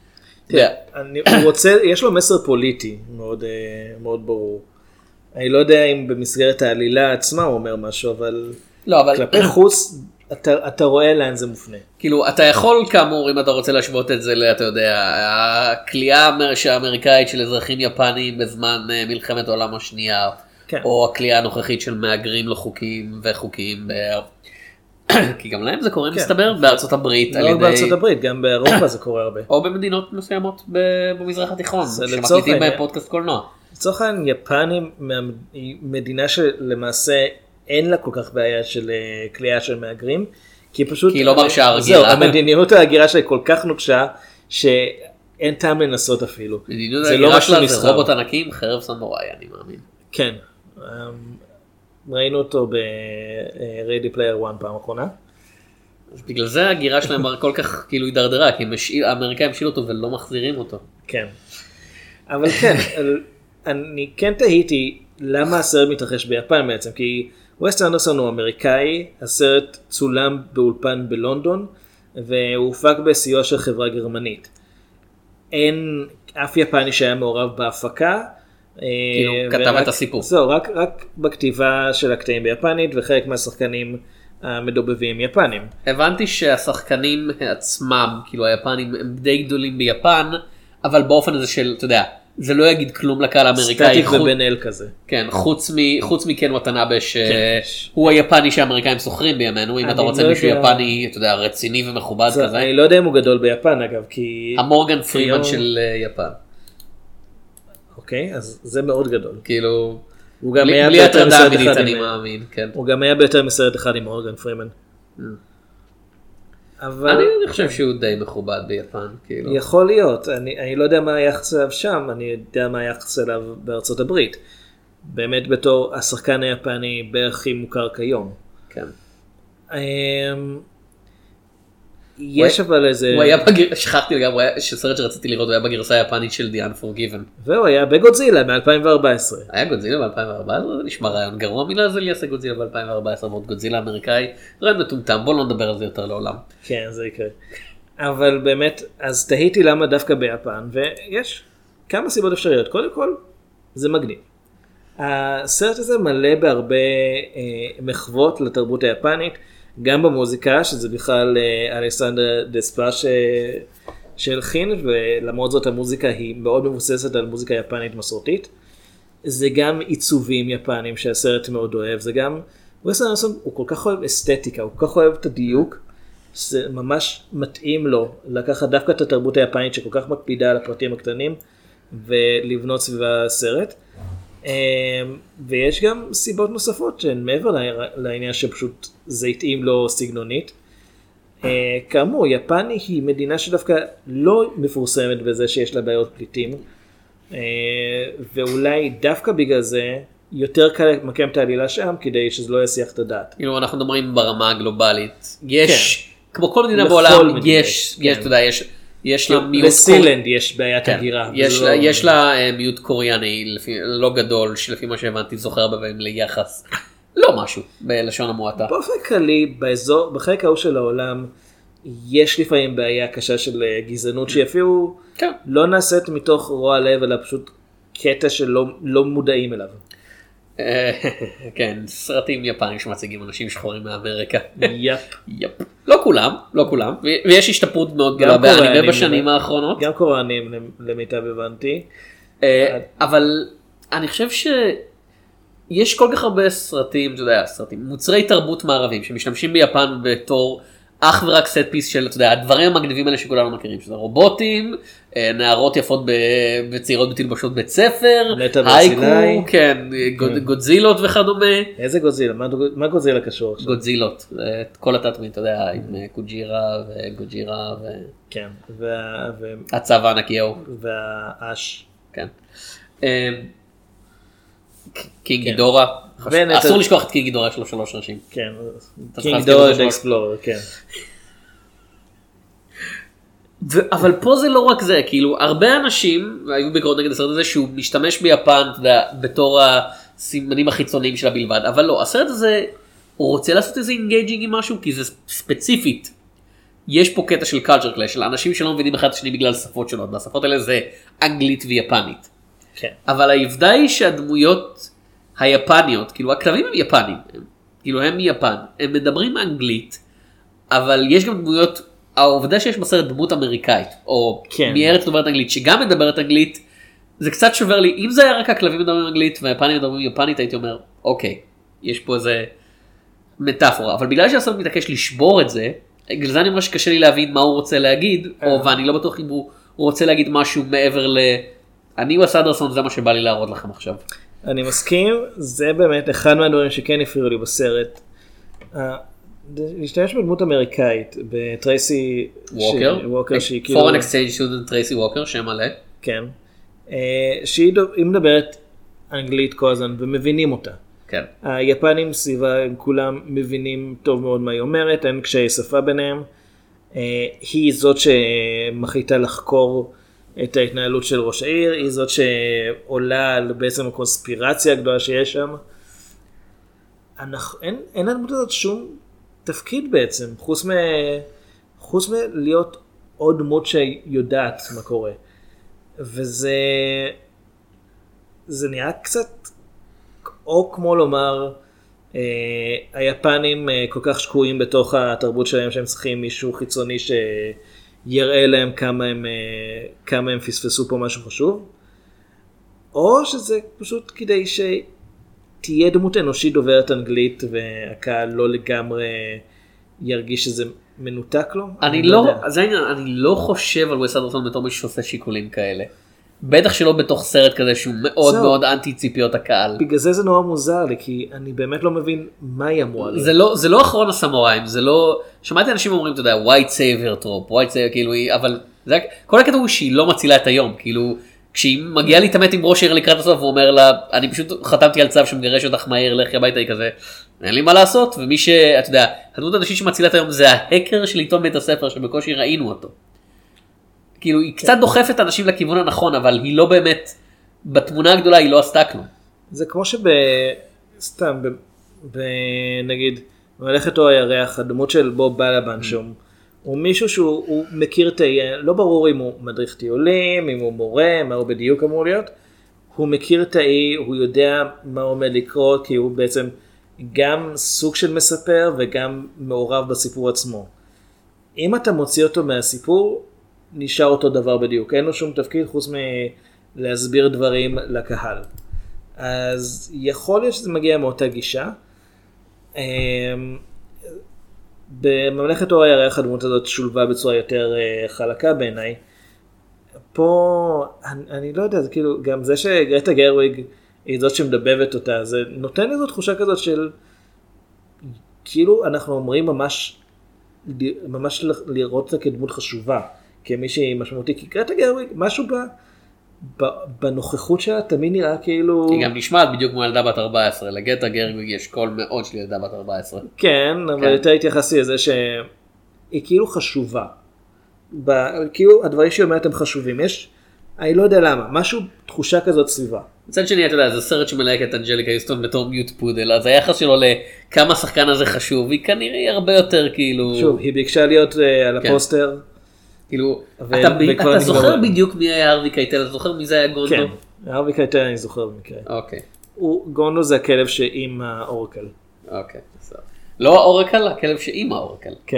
אני רוצה, יש לו מסר פוליטי מאוד מאוד ברור. אני לא יודע אם במסגרת העלילה עצמה הוא אומר משהו, אבל כלפי חוץ אתה רואה לאן זה מופנה. כאילו אתה יכול כאמור אם אתה רוצה להשוות את זה, אתה יודע, הכלייה האמריקאית של אזרחים יפנים בזמן מלחמת העולם השנייה, או הכלייה הנוכחית של מהגרים לא חוקיים וחוקיים, כי גם להם זה קורה מסתבר בארצות הברית. לא בארצות הברית, גם באירופה זה קורה הרבה. או במדינות מסוימות במזרח התיכון, שמקליטים בהם פודקאסט קולנוע. לצורך העניין, יפן היא מדינה שלמעשה אין לה כל כך בעיה של כליאה של מהגרים, כי פשוט... כי היא לא מרשה הגירה. זהו, המדיניות ההגירה שלה כל כך נוקשה, שאין טעם לנסות אפילו. מדיניות ההגירה שלה זה רובוט ענקים, חרב סמוראי, אני מאמין. כן. ראינו אותו ב-Ready Player One פעם אחרונה. בגלל זה הגירה שלהם כל כך כאילו הידרדרה, כי האמריקאים השאילו אותו ולא מחזירים אותו. כן. אבל כן, אני כן תהיתי למה הסרט מתרחש ביפן בעצם, כי וס אנדרסון הוא אמריקאי, הסרט צולם באולפן בלונדון, והוא הופק בסיוע של חברה גרמנית. אין אף יפני שהיה מעורב בהפקה, כאילו כתב את הסיפור. זהו, רק, רק בכתיבה של הקטעים ביפנית, וחלק מהשחקנים המדובבים יפנים. הבנתי שהשחקנים עצמם, כאילו היפנים, הם די גדולים ביפן, אבל באופן הזה של, אתה יודע, זה לא יגיד כלום לקהל האמריקאי. סטטיק ובן אל כזה. כן, חוץ מ, חוץ מקן וטנאבה, שהוא היפני שהאמריקאים סוחרים בימינו, אם אתה רוצה מישהו יפני, אתה יודע, רציני ומכובד כזה. אני לא יודע אם הוא גדול ביפן אגב, כי... המורגן פרימן של יפן. אוקיי, אז זה מאוד גדול. כאילו, בלי הטרדה מינית אני מאמין, כן. הוא גם היה ביותר מסרט אחד עם מורגן פרימן. אבל... אני חושב שהוא די מכובד ביפן, כאילו. יכול להיות, אני, אני לא יודע מה היחס אליו שם, אני יודע מה היחס אליו בארצות הברית. באמת בתור השחקן היפני בערך הכי מוכר כיום. כן. יש אבל איזה... הוא היה בגרסה, שכחתי לגמרי, שסרט שרציתי לראות, הוא היה בגרסה היפנית של The Unforgiven. והוא היה בגודזילה מ-אלפיים וארבע עשרה. היה גודזילה ב-אלפיים וארבע עשרה? זה נשמע רעיון גרוע מילה, זה לי יעשה גודזילה ב-אלפיים וארבע עשרה, ועוד גודזילה אמריקאי, רעיון מטומטם, בוא לא נדבר על זה יותר לעולם. כן, זה יקרה. אבל באמת, אז תהיתי למה דווקא ביפן, ויש כמה סיבות אפשריות. קודם כל, זה מגניב. הסרט הזה מלא בהרבה אה, מחוות לתרבות היפנית, גם במוזיקה, שזה בכלל אלכסנדר דספה שהלחין, ולמרות זאת המוזיקה היא מאוד מבוססת על מוזיקה יפנית מסורתית. זה גם עיצובים יפנים שהסרט מאוד אוהב, זה גם, וס אנדרסון הוא כל כך אוהב אסתטיקה, הוא כל כך אוהב את הדיוק, זה ממש מתאים לו לקחת דווקא את התרבות היפנית שכל כך מקפידה על הפרטים הקטנים, ולבנות סביבה הסרט. ויש גם סיבות נוספות שהן מעבר לעניין שפשוט זה התאים לו סגנונית. כאמור, יפן היא מדינה שדווקא לא מפורסמת בזה שיש לה בעיות פליטים, ואולי דווקא בגלל זה יותר קל למקם את העלילה שם כדי שזה לא יסיח את הדעת. כאילו אנחנו מדברים ברמה הגלובלית, יש, כמו כל מדינה בעולם, יש, יש, אתה יודע, יש יש לה מיעוט בסילנד יש בעיית הגירה. יש לה מיעוט קוריאני, לא גדול, שלפי מה שהבנתי זוכר בהם ליחס, לא משהו, בלשון המועטה. באופן כללי, באזור, בחלק ההוא של העולם, יש לפעמים בעיה קשה של גזענות, שאפילו לא נעשית מתוך רוע לב, אלא פשוט קטע שלא מודעים אליו. כן, סרטים יפנים שמציגים אנשים שחורים מאמריקה. יפ. יפ. לא כולם, לא כולם, ויש השתפרות מאוד גדולה באנימה בשנים האחרונות. גם קוריאנים למיטב הבנתי. אבל אני חושב שיש כל כך הרבה סרטים, אתה יודע, סרטים, מוצרי תרבות מערבים שמשתמשים ביפן בתור אך ורק סט פיס של, אתה יודע, הדברים המגניבים האלה שכולנו מכירים, שזה רובוטים, נערות יפות וצעירות בתלבשות בית ספר, הייקו, כן, גודזילות וכדומה. איזה גודזילה? מה גודזילה קשור עכשיו? גודזילות, כל התתמין, אתה יודע, עם קוג'ירה וגוג'ירה, כן, הצבא הענקי ההוא. והאש. כן. קינג גידורה, אסור לשכוח את קינג גידורה, יש לו שלוש ראשים. כן, קינג גידורה דה אקספלורר, כן. אבל פה זה לא רק זה, כאילו הרבה אנשים היו ביקורות נגד הסרט הזה שהוא משתמש ביפן בתור הסימנים החיצוניים שלה בלבד, אבל לא, הסרט הזה הוא רוצה לעשות איזה אינגייג'ינג עם משהו, כי זה ספציפית. יש פה קטע של קלצ'ר קלאש, של אנשים שלא מבינים אחד את השני בגלל שפות שונות, והשפות האלה זה אנגלית ויפנית. כן. אבל העובדה היא שהדמויות היפניות, כאילו הכלבים הם יפנים, הם, כאילו הם מיפן, הם מדברים אנגלית, אבל יש גם דמויות, העובדה שיש בסרט דמות אמריקאית, או כן. מארץ דוברת אנגלית, שגם מדברת אנגלית, זה קצת שובר לי, אם זה היה רק הכלבים מדברים אנגלית, והיפנים מדברים יפנית, הייתי אומר, אוקיי, יש פה איזה, מטאפורה, אבל בגלל שהסרט מתעקש לשבור את זה, בגלל זה אני אומר שקשה לי להבין מה הוא רוצה להגיד, או ואני לא בטוח אם הוא רוצה להגיד משהו מעבר ל... אני וס אנדרסון, זה מה שבא לי להראות לכם עכשיו. אני מסכים, זה באמת אחד מהדברים שכן הפריעו לי בסרט. להשתמש בדמות אמריקאית, בטרייסי ווקר, שהיא כאילו... פורן אקסצ'יינג' סטודנט טרייסי ווקר, שם מלא. כן. שהיא מדברת אנגלית כל הזמן ומבינים אותה. כן. היפנים סביבה, הם כולם מבינים טוב מאוד מה היא אומרת, אין קשיי שפה ביניהם. היא זאת שמחליטה לחקור את ההתנהלות של ראש העיר, היא זאת שעולה על בעצם הקונספירציה הגדולה שיש שם. אנחנו, אין, אין לדמות הזאת שום תפקיד בעצם, חוץ, מ, חוץ מלהיות עוד דמות שיודעת מה קורה. וזה זה נראה קצת, או כמו לומר, אה, היפנים אה, כל כך שקועים בתוך התרבות שלהם, שהם צריכים מישהו חיצוני שיראה להם כמה הם, אה, כמה הם פספסו פה משהו חשוב, או שזה פשוט כדי שתהיה דמות אנושית דוברת אנגלית, והקהל לא לגמרי ירגיש שזה מנותק לו. אני לא, לא זה העניין, אני לא חושב על וס אנדרסון בתור מישהו שעושה שיקולים כאלה. בטח שלא בתוך סרט כזה שהוא מאוד מאוד אנטי ציפיות הקהל. בגלל זה זה נורא מוזר לי, כי אני באמת לא מבין מה היא אמורה לי. זה לא, זה לא אחרון הסמוראים, זה לא, שמעתי אנשים אומרים, אתה יודע, white savior trope, white savior, כאילו, אבל זה, כל הקטע הוא שהיא לא מצילה את היום, כאילו, כשהיא מגיעה להתאמת עם ראש העיר לקראת הסוף, הוא אומר לה, אני פשוט חתמתי על צו שמגרש אותך מהעיר, לכי הביתה, היא כזה, אין לי מה לעשות, ומי ש, אתה יודע, הדמות האנושית שמצילה את היום, זה ההקר של עיתון בית הספר, שבקושי ראינו אותו. כאילו, היא קצת דוחפת אנשים לכיוון הנכון, אבל היא לא באמת, בתמונה הגדולה היא לא עשתה כלום. זה כמו שב... סתם, נגיד, מלאכת או הירח, הדמות של בוב בלבן שם, הוא מישהו שהוא מכיר את... לא ברור אם הוא מדריך טיולים, אם הוא מורה, מה הוא בדיוק אמור להיות. הוא מכיר את האי, הוא יודע מה עומד לקרות, כי הוא בעצם גם סוג של מספר וגם מעורב בסיפור עצמו. אם אתה מוציא אותו מהסיפור, נשאר אותו דבר בדיוק. אין לו שום תפקיד חוץ מלהסביר דברים לקהל. אז יכול להיות שזה מגיע מאותה גישה. בממלכת אור הירח הדמות הזאת שולבה בצורה יותר חלקה בעיניי. פה, אני, אני לא יודע, זה כאילו, גם זה שגרטה גרוויג היא זאת שמדבבת אותה, זה נותן לי זאת תחושה כזאת של, כאילו אנחנו אומרים ממש, ממש לראות אותה כדמות חשובה, כמישהי משמעותי, כי גרטה גרוויג, משהו ב, ב, בנוכחות שלה תמיד נראה כאילו... היא גם נשמעת בדיוק כמו ילדה בת ארבע עשרה, לגרטה גרוויג יש קול מאוד של ילדה בת ארבע עשרה. כן, אבל כן. יותר התייחסי לזה שהיא כאילו חשובה. ב, כאילו הדברים שהיא אומרת הם חשובים, יש, אני לא יודע למה, משהו, תחושה כזאת סביבה. מצד שני, אתה יודע, זה סרט שמלהק את אנג'ליקה יוסטון בתור מיוט פודל, אז היחס שלו לכמה השחקן הזה חשוב, היא כנראה הרבה יותר כאילו... שוב, היא ביקשה להיות uh, על כן. הפוסטר. כאילו, ו- אתה, ב- אתה זוכר בדיוק מי היה ארווי קייטל, אתה זוכר מי זה היה גונדו? כן, ארווי קייטל אני זוכר במקרה. אוקיי. הוא, גונדו זה הכלב שעם האורקל. אוקיי, בסדר. לא האורקל, הכלב שעם האורקל. כן.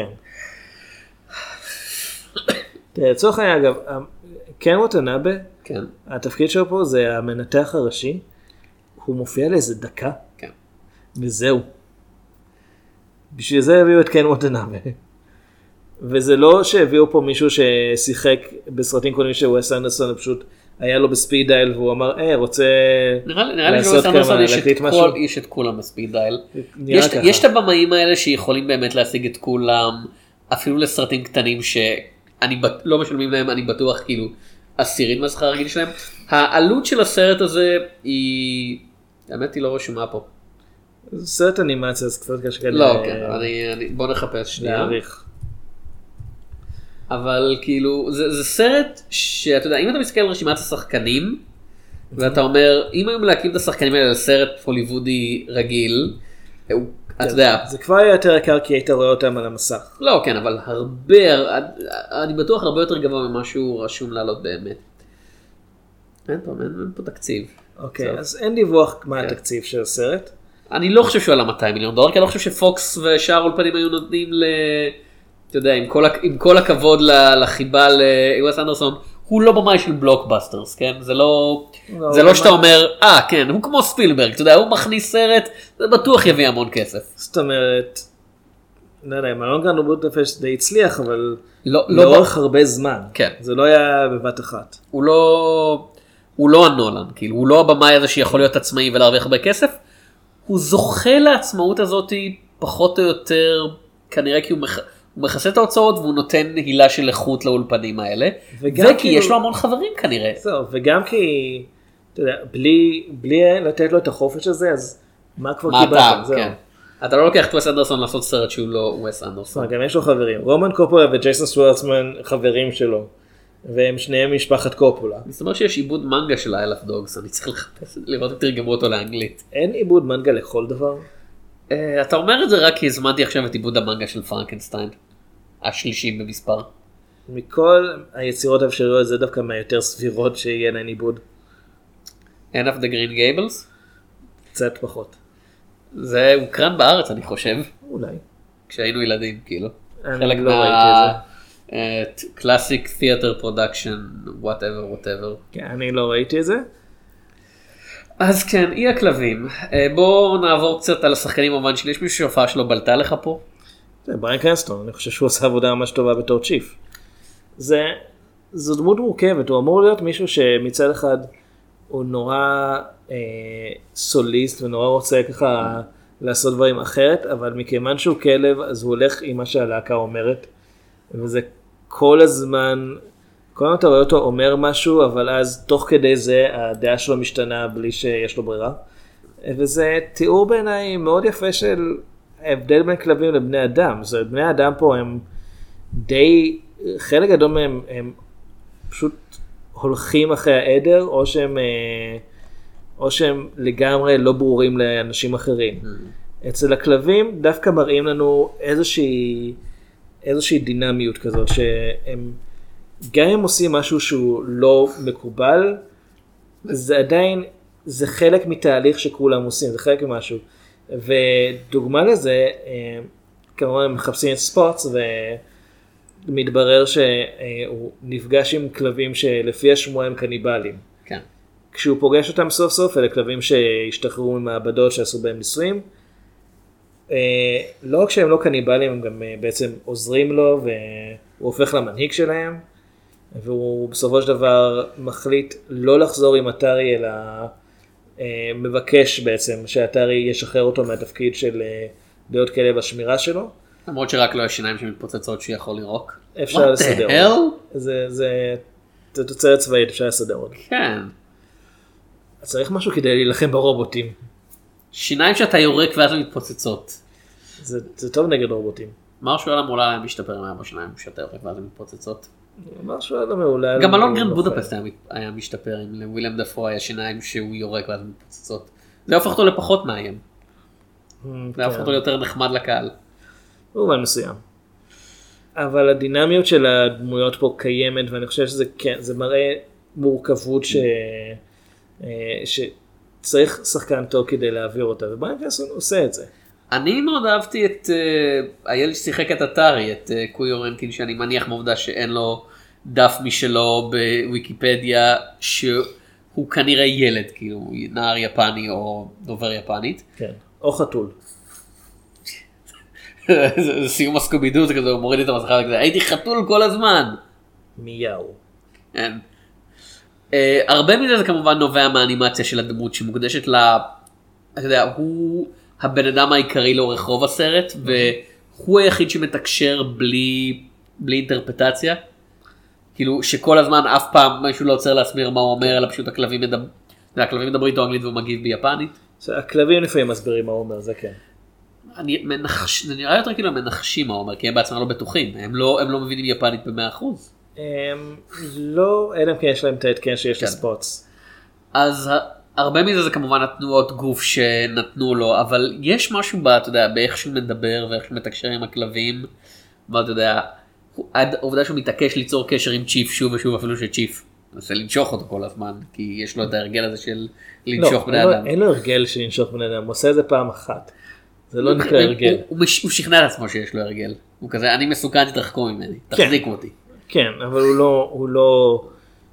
לצורך העניין, אגב, קן ווטנאבה, כן. התפקיד שלו פה זה המנתח הראשי, הוא מופיע לאיזה דקה, כן. וזהו. בשביל זה הביאו את קן ווטנאבה. וזה לא שהביאו פה מישהו ששיחק בסרטים קודמים של וס אנדרסון, פשוט היה לו בספיד דייל, והוא אמר, אה, רוצה נראה לי שוס אנדרסון יש את כולם בספיד דייל. יש את הבמאים האלה שיכולים באמת להשיג את כולם, אפילו לסרטים קטנים שאני לא משלמים להם, אני בטוח כאילו עשירית מהשכר הרגיל שלהם. העלות של הסרט הזה היא, האמת היא לא רשומה פה. סרט אנימציה, אז קצת קשה. לא, כן, בוא נחפש שנייה. להעריך. אבל כאילו, זה, זה סרט שאתה יודע, אם אתה מסתכל על רשימת השחקנים, ואתה אומר, אם היום להקים את השחקנים האלה לסרט הוליוודי רגיל, אתה יודע... זה כבר יותר יקר כי היית רואה אותם על המסך. לא, כן, אבל הרבה, אני בטוח הרבה יותר גבוה ממה שהוא רשום לעלות באמת. אין פה, אין פה תקציב. אוקיי, אז אין דיווח מה התקציב של הסרט. אני לא חושב שהוא עלה מאתיים מיליון דולר, כי אני לא חושב שפוקס ושאר אולפנים היו נותנים ל... אתה יודע, עם כל, עם כל הכבוד לחיבה לוס אנדרסון, הוא לא במאי של בלוקבאסטרס, כן? זה לא, לא, זה לא שאתה אומר, אה, כן, הוא כמו ספילברג, אתה יודע, הוא מכניס סרט, זה בטוח יביא המון כסף. זאת אומרת, לא יודע, מלון גרנד בודפשט די הצליח, אבל לא, לא לאורך הרבה זמן. כן. זה לא היה בבת אחת. הוא לא, הוא לא הנולן, כאילו, הוא לא הבמאי הזה שיכול להיות עצמאי ולהרוויח הרבה כסף, הוא זוכה לעצמאות הזאת פחות או יותר, כנראה כי הוא מח... הוא מכסה את ההוצאות והוא נותן הילה של איכות לאולפנים האלה, וכי כאילו... יש לו המון חברים כנראה. זהו, וגם כי, אתה יודע, בלי, בלי לתת לו את החופש הזה, אז מה כבר מה קיבלת? אתה, כן. אתה לא לוקח את וס אנדרסון לעשות סרט שהוא לא וס אנדרסון. גם יש לו חברים, רומן קופולה וג'ייסון סוורצמן חברים שלו, והם שניהם משפחת קופולה. זאת אומרת שיש עיבוד מנגה של איילף דוגס, אני צריך לחפש, לראות אם תרגמו אותו לאנגלית. אין עיבוד מנגה לכל דבר? אתה אומר את זה רק כי הזמנתי עכשיו את עיבוד המנגה של פרנקנסטיין. השלישי במספר. מכל היצירות האפשריות זה דווקא מהיותר סבירות שיהיה להן עיבוד. End of the Green Gables? קצת פחות. זה הוקרן בארץ אני חושב. אולי. כשהיינו ילדים כאילו. אני לא ראיתי את זה. קלאסיק תיאטר פרודקשן, whatever, whatever. כן, אני לא ראיתי את זה. אז כן, אי הכלבים. בואו נעבור קצת על השחקנים במובן שלי. יש מישהו שהופעה שלו בלטה לך פה? זה בריין קרנסטון, אני חושב שהוא עושה עבודה ממש טובה בתור צ'יף. זה, זו דמות מורכבת, הוא אמור להיות מישהו שמצד אחד הוא נורא אה, סוליסט ונורא רוצה ככה לעשות דברים אחרת, אבל מכיוון שהוא כלב אז הוא הולך עם מה שהלהקה אומרת, וזה כל הזמן, כל הזמן אתה רואה אותו אומר משהו, אבל אז תוך כדי זה הדעה שלו משתנה בלי שיש לו ברירה, וזה תיאור בעיניי מאוד יפה של ההבדל בין כלבים לבני אדם. זאת אומרת, בני אדם פה הם די, חלק גדול מהם הם פשוט הולכים אחרי העדר, או שהם, או שהם לגמרי לא ברורים לאנשים אחרים. Mm-hmm. אצל הכלבים דווקא מראים לנו איזושהי, איזושהי דינמיות כזאת, שהם, גם אם עושים משהו שהוא לא מקובל, זה עדיין, זה חלק מתהליך שכולם עושים, זה חלק ממשהו. ודוגמה לזה, כמובן הם מחפשים את ספוטס, ומתברר שהוא נפגש עם כלבים שלפי השמועה הם קניבלים. כן. כשהוא פוגש אותם סוף סוף, אלה כלבים שהשתחררו ממעבדות שעשו בהם ניסויים. לא רק שהם לא קניבלים, הם גם בעצם עוזרים לו, והוא הופך למנהיג שלהם, והוא בסופו של דבר מחליט לא לחזור עם אתרי, אלא מבקש בעצם שהאתרי ישחרר אותו מהתפקיד של להיות כלב השמירה שלו. למרות שרק לא יש שיניים שמתפוצצות שיכול לירוק. אפשר לסדר. זה, זה, זה תוצרת צבאית, אפשר לסדר עוד. כן. צריך משהו כדי להילחם ברובוטים. שיניים שאתה יורק ואז הן מתפוצצות. זה, זה טוב נגד רובוטים. משהו על המעולה היה משתפר עם היה בשיניים שאתה יורק ואז הן מתפוצצות. משהו על המעולה. גם מלון גרנד בודפסט היה, היה משתפר עם לווילם דפו היה שיניים שהוא יורק ואז הן מתפוצצות. זה הופך אותו לפחות מאיים. זה הופך אותו ליותר נחמד לקהל. במובן מסוים. אבל הדינמיות של הדמויות פה קיימת, ואני חושב שזה כן, זה מראה מורכבות ש... שצריך שחקן טוב כדי להעביר אותה, ובריין קרנסטון עושה את זה. אני מאוד אהבתי את הילד ששיחק את אתרי, את קויו רנקין, שאני מניח מעובדה שאין לו דף משלו בוויקיפדיה, שהוא כנראה ילד, כאילו נער יפני או דובר יפנית. כן, או חתול. זה סיום הסקובידו, זה כזה, הוא מוריד את המסכה וכזה, הייתי חתול כל הזמן. מיהו. כן. הרבה מזה זה כמובן נובע מהאנימציה של הדמות שמוקדשת ל... אתה יודע, הוא הבן אדם העיקרי לאורך רוב הסרט, והוא היחיד שמתקשר בלי, בלי אינטרפטציה. כאילו שכל הזמן אף פעם מישהו לא עוצר להסביר מה הוא אומר, אלא פשוט הכלבים מדבר, הכלבים מדברים איתו אנגלית והוא מגיב ביפנית. הכלבים לפעמים מסבירים מה הוא אומר, זה כן. אני מנחש, זה נראה יותר כאילו מנחשים מה הוא אומר, כי הם בעצמם לא בטוחים, הם לא, הם לא מבינים יפנית במאה אחוז. הם לא, אלא אם כן יש להם את ההתקן שיש לספוטס. אז הרבה מזה זה כמובן התנועות גוף שנתנו לו, אבל יש משהו בה, אתה יודע, באיך שהוא מדבר ואיך שהוא מתקשר עם הכלבים, ואתה יודע, העובדה שהוא מתעקש ליצור קשר עם צ'יף שוב ושוב, אפילו שצ'יף מנסה לנשוך אותו כל הזמן, כי יש לו את ההרגל הזה של לנשוך בני אדם. אין לו הרגל של לנשוך בני אדם, הוא עושה את זה פעם אחת. זה לא נקרא הרגל. הוא שכנע את עצמו שיש לו הרגל. הוא כזה, אני מסוכן, תתרחקו ממני, תחזיקו אותי. כן, אבל הוא לא, הוא לא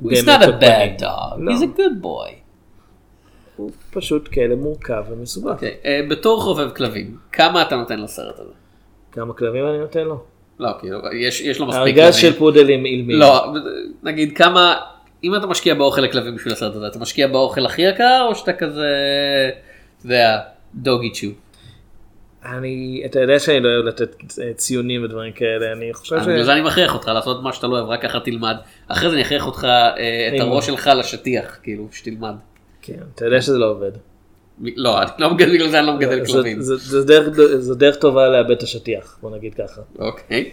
He's not a bad dog, he's a good boy. הוא פשוט כלב מורכב ומסובך. אוקיי, בתור חובב כלבים, כמה אתה נותן לסרט הזה? כמה כלבים אני נותן לו? לא, כאילו, יש לו מספיק כלבים. ארגז של פודלים אילמים. לא, נגיד כמה, אם אתה משקיע באוכל לכלבים בשביל הסרט הזה, אתה משקיע באוכל הכי יקר, או שאתה כזה, אתה יודע, דוגי צ'ו? אני, אתה יודע שאני לא אוהב לתת ציונים ודברים כאלה, אני חושב ש... בגלל זה אני מכריח אותך לעשות מה שאתה לא אוהב, רק ככה תלמד. אחרי זה אני אכריח אותך את הראש שלך לשטיח, כאילו, שתלמד. כן, אתה יודע שזה לא עובד. לא, בגלל זה אני לא מגדל כלבים. זו דרך טובה לאבד את השטיח, בוא נגיד ככה. אוקיי.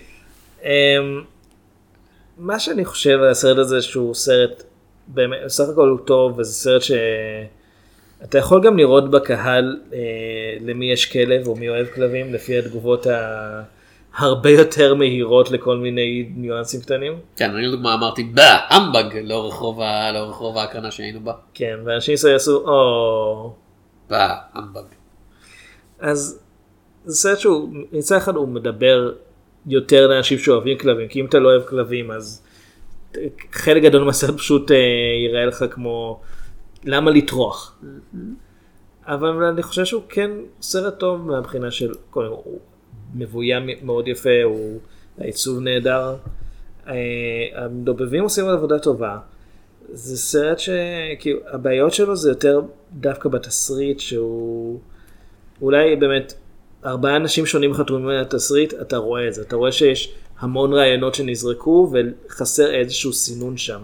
מה שאני חושב על הסרט הזה שהוא סרט, באמת, סך הכל הוא טוב, וזה סרט ש... אתה יכול גם לראות בקהל למי יש כלב או מי אוהב כלבים, לפי התגובות הרבה יותר מהירות לכל מיני ניואנסים קטנים. כן, אני לדוגמה אמרתי, בה, אמבג, לאורך רוב ההקרנה שהיינו בה. כן, ואנשים יעשו, או... בה, אמבג. אז זה סרט שהוא, מצד אחד הוא מדבר יותר לאנשים שאוהבים כלבים, כי אם אתה לא אוהב כלבים, אז חלק גדול מהסרט פשוט ייראה לך כמו, למה לטרוח? אבל אני חושב שהוא כן סרט טוב מהבחינה של, הוא מבוים מאוד יפה, הוא העיצוב נהדר, המדובבים עושים עבודה טובה, זה סרט שהבעיות שלו זה יותר דווקא בתסריט, שהוא אולי באמת ארבעה אנשים שונים חתומים על התסריט, אתה רואה את זה, אתה רואה שיש המון רעיונות שנזרקו וחסר איזשהו סינון שם.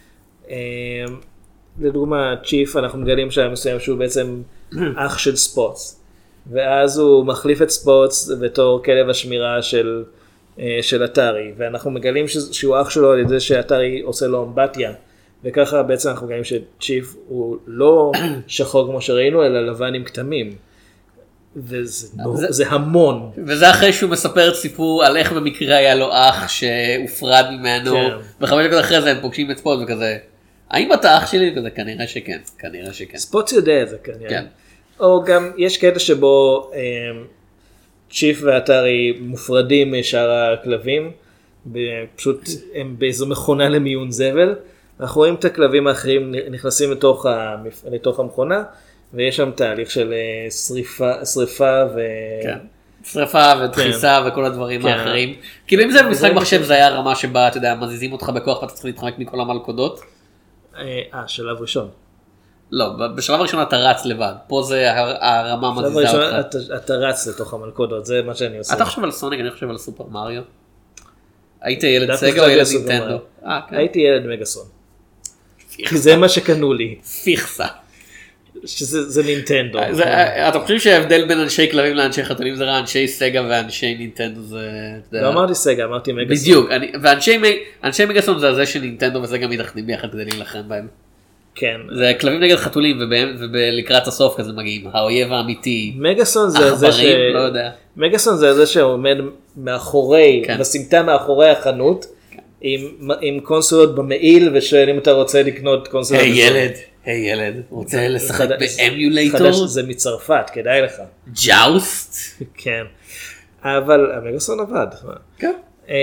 לדוגמה, צ'יף, אנחנו מגלים שהיה מסוים שהוא בעצם אח של ספוטס, ואז הוא מחליף את ספוטס בתור כלב השמירה של, של אתרי, ואנחנו מגלים שהוא אח שלו על ידי שאתרי עושה לו אמבטיה, וככה בעצם אנחנו מגלים שצ'יף הוא לא שחור כמו שראינו, אלא לבן עם כתמים. וזה זה, זה המון. וזה אחרי שהוא מספר את סיפור על איך במקרה היה לו אח שהופרד ממנו, כן. וחמש דקות אחרי זה הם פוגשים את ספוט וכזה, האם אתה אח שלי? וכזה, כנראה שכן, כנראה שכן. ספוט יודע את זה כנראה. כן. או גם יש קטע שבו אה, צ'יף ואתרי מופרדים משאר הכלבים, פשוט הם באיזו מכונה למיון זבל, אנחנו רואים את הכלבים האחרים נכנסים לתוך, המפ... לתוך המכונה, ויש שם תהליך של שריפה, שריפה ו... כן. שריפה ודחיסה כן. וכל הדברים כן. האחרים. כאילו אם זה במשחק מחשב זה היה רמה שבה, אתה יודע, מזיזים אותך בכוח ואתה צריך להתחמק מכל המלכודות. אה, שלב ראשון. לא, בשלב הראשון אתה רץ לבד, פה זה הרמה מזיזה אותך. בשלב הראשון אתה רץ לתוך המלכודות, זה מה שאני עושה. אתה חושב על סוניק, אני חושב על סופר מריו. היית ילד סגה או ילד נינטנדו? הייתי ילד מגאסון. כי זה מה שקנו לי. פיכסה. שזה נינטנדו. אתה חושב שההבדל בין אנשי כלבים לאנשי חתולים זה רע, אנשי סגה ואנשי נינטנדו זה... לא אמרתי סגה, אמרתי מגאסון. בדיוק, ואנשי מגאסון זה זה שנינטנדו וסגה מתאחדים ביחד כדי להילחם בהם. כן. זה כלבים נגד חתולים ולקראת הסוף כזה מגיעים, האויב האמיתי. מגאסון זה זה ש... לא יודע. מגאסון זה זה שעומד מאחורי, בסמטה מאחורי החנות, עם קונסולות במעיל ושואל אם אתה רוצה לקנות קונסולות. היי ילד, היי ילד, רוצה לשחק באמולטור? זה מצרפת, כדאי לך. ג'אוסט? כן. אבל המגאסון עבד. כן.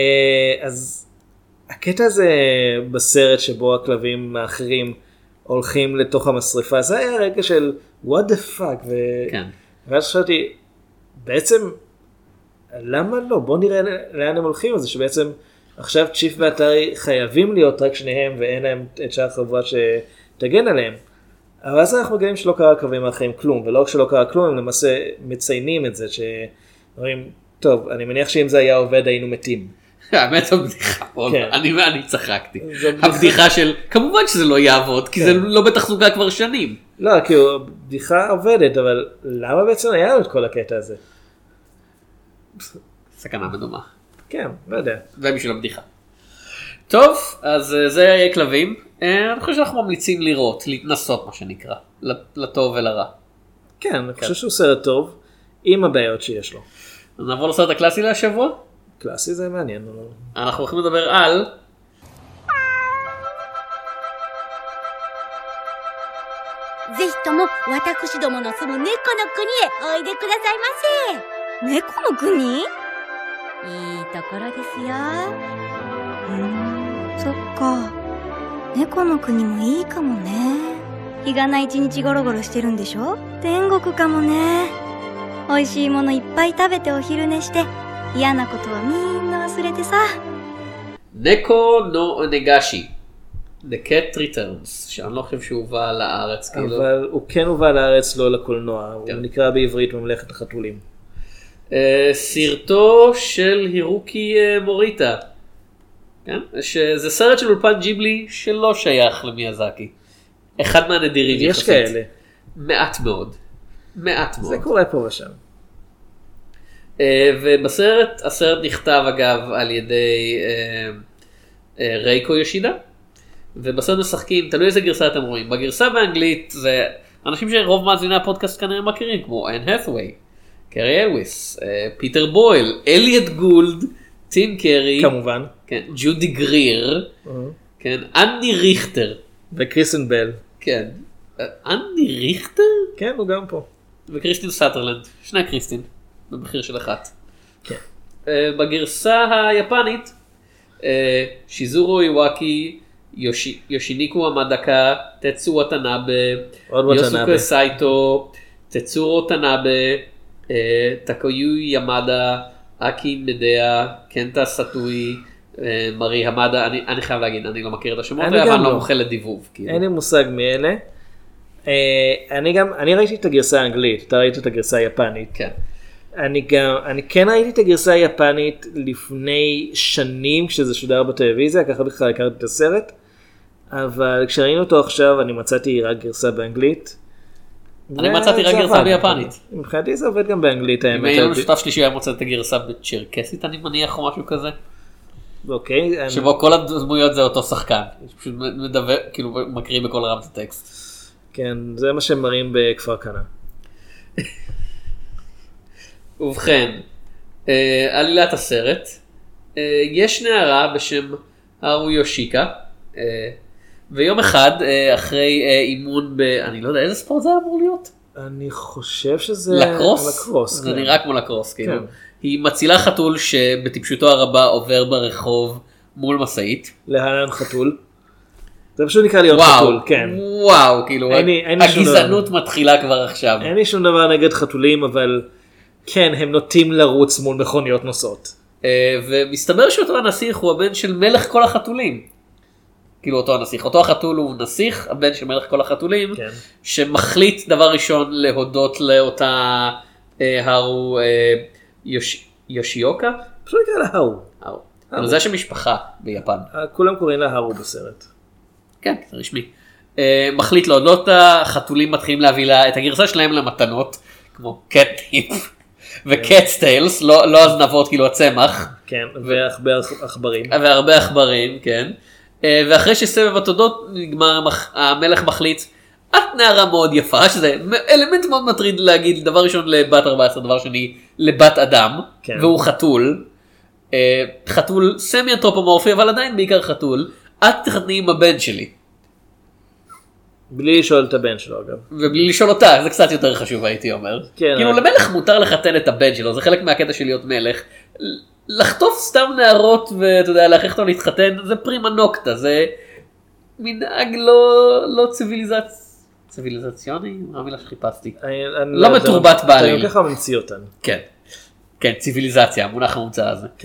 אז הקטע הזה בסרט שבו הכלבים האחרים הולכים לתוך המשריפה, זה היה רגע של what the fuck, כן. ואז חשבתי, בעצם, למה לא? בוא נראה לאן הם הולכים, אז שבעצם עכשיו צ'יף ואתרי חייבים להיות רק שניהם, ואין להם את שאר החברה שתגן עליהם. אבל אז אנחנו מגלים שלא קרה לכלבים האחרים כלום, ולא רק שלא קרה כלום, הם למעשה מציינים את זה, שאומרים, טוב, אני מניח שאם זה היה עובד היינו מתים. האמת זו בדיחה, אני צחקתי. הבדיחה של, כמובן שזה לא יעבוד, כי זה לא בתחזוקה כבר שנים. לא, כי בדיחה עובדת, אבל למה בעצם היה לנו את כל הקטע הזה? סכנה מדומה. כן, לא יודע. זה בשביל הבדיחה. טוב, אז זה יהיה כלבים. אני חושב שאנחנו ממליצים לראות, להתנסות מה שנקרא, לטוב ולרע. כן, אני חושב שהוא סרט טוב, עם הבעיות שיש לו. אז נעבור לסרט הקלאסי להשבוע? קלאסי זה מעניין. אנחנו הולכים לדבר על... ぜひとも私どもの住む猫の国へおいでくださいませ。猫の国？いいところですよ。うーん、そっか。 猫の国もいいかもね。日がな一日ゴロゴロしてるんでしょ。天国かもね。美味しいものいっぱい食べてお昼寝して嫌なことはみんな忘れてさ。 נקו נו נגשי, The Cat Returns, שאני לא חושב שהוא הובא לארץ כאילו. אבל הוא כן הובא לארץ לא לקולנוע, הוא נקרא בעברית ממלכת החתולים. סרטו של הירוקי מוריטה, שזה סרט של אולפן ג'יבלי שלא שייך למיאזקי. אחד מהנדירים יש כאלה. מעט מאוד. מעט מאוד. זה קורה פה ושם. ובסרט, הסרט נכתב אגב על ידי רייקו יושידה, ובסרט משחקים, תלוי איזה גרסה אתם רואים. בגרסה באנגלית זה אנשים שרוב מאזיני הפודקאסט כנראה מכירים, כמו אן האת'ווי, קרי אלוויס, פיטר בויל, אליוט גולד, טים קרי, כמובן, כן, ג'ודי גריר, כן, אנדי ריכטר וקריסטין בל. כן, אנדי ריכטר? כן, הוא גם פה. וקריסטין סאטרלנד, שני קריסטין, במחיר של אחת. כן. בגרסה היפנית, שיזורו איוואקי, יושיניקו המדקה, תצו וטנאבה, יוסוקה סייטו, תצורו טנאבה, טקויו ימדה, אקי מדיה, קנטה סטוי, מרי המדה. אני, אני חייב להגיד, אני לא מכיר את השמות, אבל אני לא מוכל לדיבוב. אין לי מושג מאלה. אני גם, אני ראיתי את הגרסה האנגלית, אתה ראית את הגרסה היפנית. כן. אני גם, אני כן ראיתי את הגרסה היפנית לפני שנים כשזה שודר בטלוויזיה, ככה בכלל הכרתי את הסרט, אבל כשראינו אותו עכשיו אני מצאתי רק גרסה באנגלית. אני מצאתי רק גרסה ביפנית. מבחינתי זה עובד גם באנגלית. אם היה לנו שותף שלישי היה מוצא את הגרסה בצ'רקסית אני מניח או משהו כזה. אוקיי. שבו כל הדמויות זה אותו שחקן. פשוט מדבר, כאילו מקריא בכל רם את הטקסט. כן, זה מה שהם מראים בכפר כנא. ובכן, עלילת הסרט, יש נערה בשם ארו יושיקה, ויום אחד אחרי אימון ב... אני לא יודע איזה ספורט זה אמור להיות? אני חושב שזה... לקרוס? לקרוס, זה כן. נראה כמו לקרוס, כאילו. היא מצילה חתול שבטיפשותו הרבה עובר ברחוב מול מסעית. להלן חתול. זה פשוט נקרא להיות חתול, כן. וואו, כאילו, הגזענות מתחילה כבר עכשיו. אין לי שום דבר נגד חתולים, אבל כן, הם נוטים לרוץ מול מכוניות נוסעות. ומסתבר שאותו הנסיך הוא הבן של מלך כל החתולים. כאילו אותו הנסיך, אותו החתול הוא נסיך, הבן של מלך כל החתולים, כן. שמחליט דבר ראשון להודות לאותה הרו יוש... יושיוקה? פשוט נקרא לה הרו. הרו. הרו. זה שם משפחה ביפן. כולם קוראים לה הרו בסרט. כן, זה רשמי. מחליט להודות, החתולים מתחילים להביא לה את הגרסה שלהם למתנות, כמו קטטיפ וקטסטיילס, לא, לא הזנבות כאילו הצמח. כן, והרבה עכברים. והרבה עכברים, כן. ואחרי שסבב התודות נגמר, המלך מחליט, את נערה מאוד יפה, שזה אלמנט מאוד מטריד להגיד, דבר ראשון לבת ארבע עשרה, דבר שני לבת אדם, כן. והוא חתול. חתול סמי אנתרופומורפי, אבל עדיין בעיקר חתול. את תחתני עם הבן שלי. בלי לשאול את הבן שלו אגב. ובלי לשאול אותה, זה קצת יותר חשוב הייתי אומר. כן, כאילו אבל... למלך מותר לחתן את הבן שלו, זה חלק מהקטע של להיות מלך. לחטוף סתם נערות ואתה יודע, להכריח אותם להתחתן, זה פרימה נוקטה, זה מנהג לא, לא ציוויליזצ... ציוויליזציוני? מה המילה שחיפשתי? אני, אני לא מתורבת בעליל. אני ככה ממציא אותן. כן, כן, ציוויליזציה, המונח המומצא הזה. כן.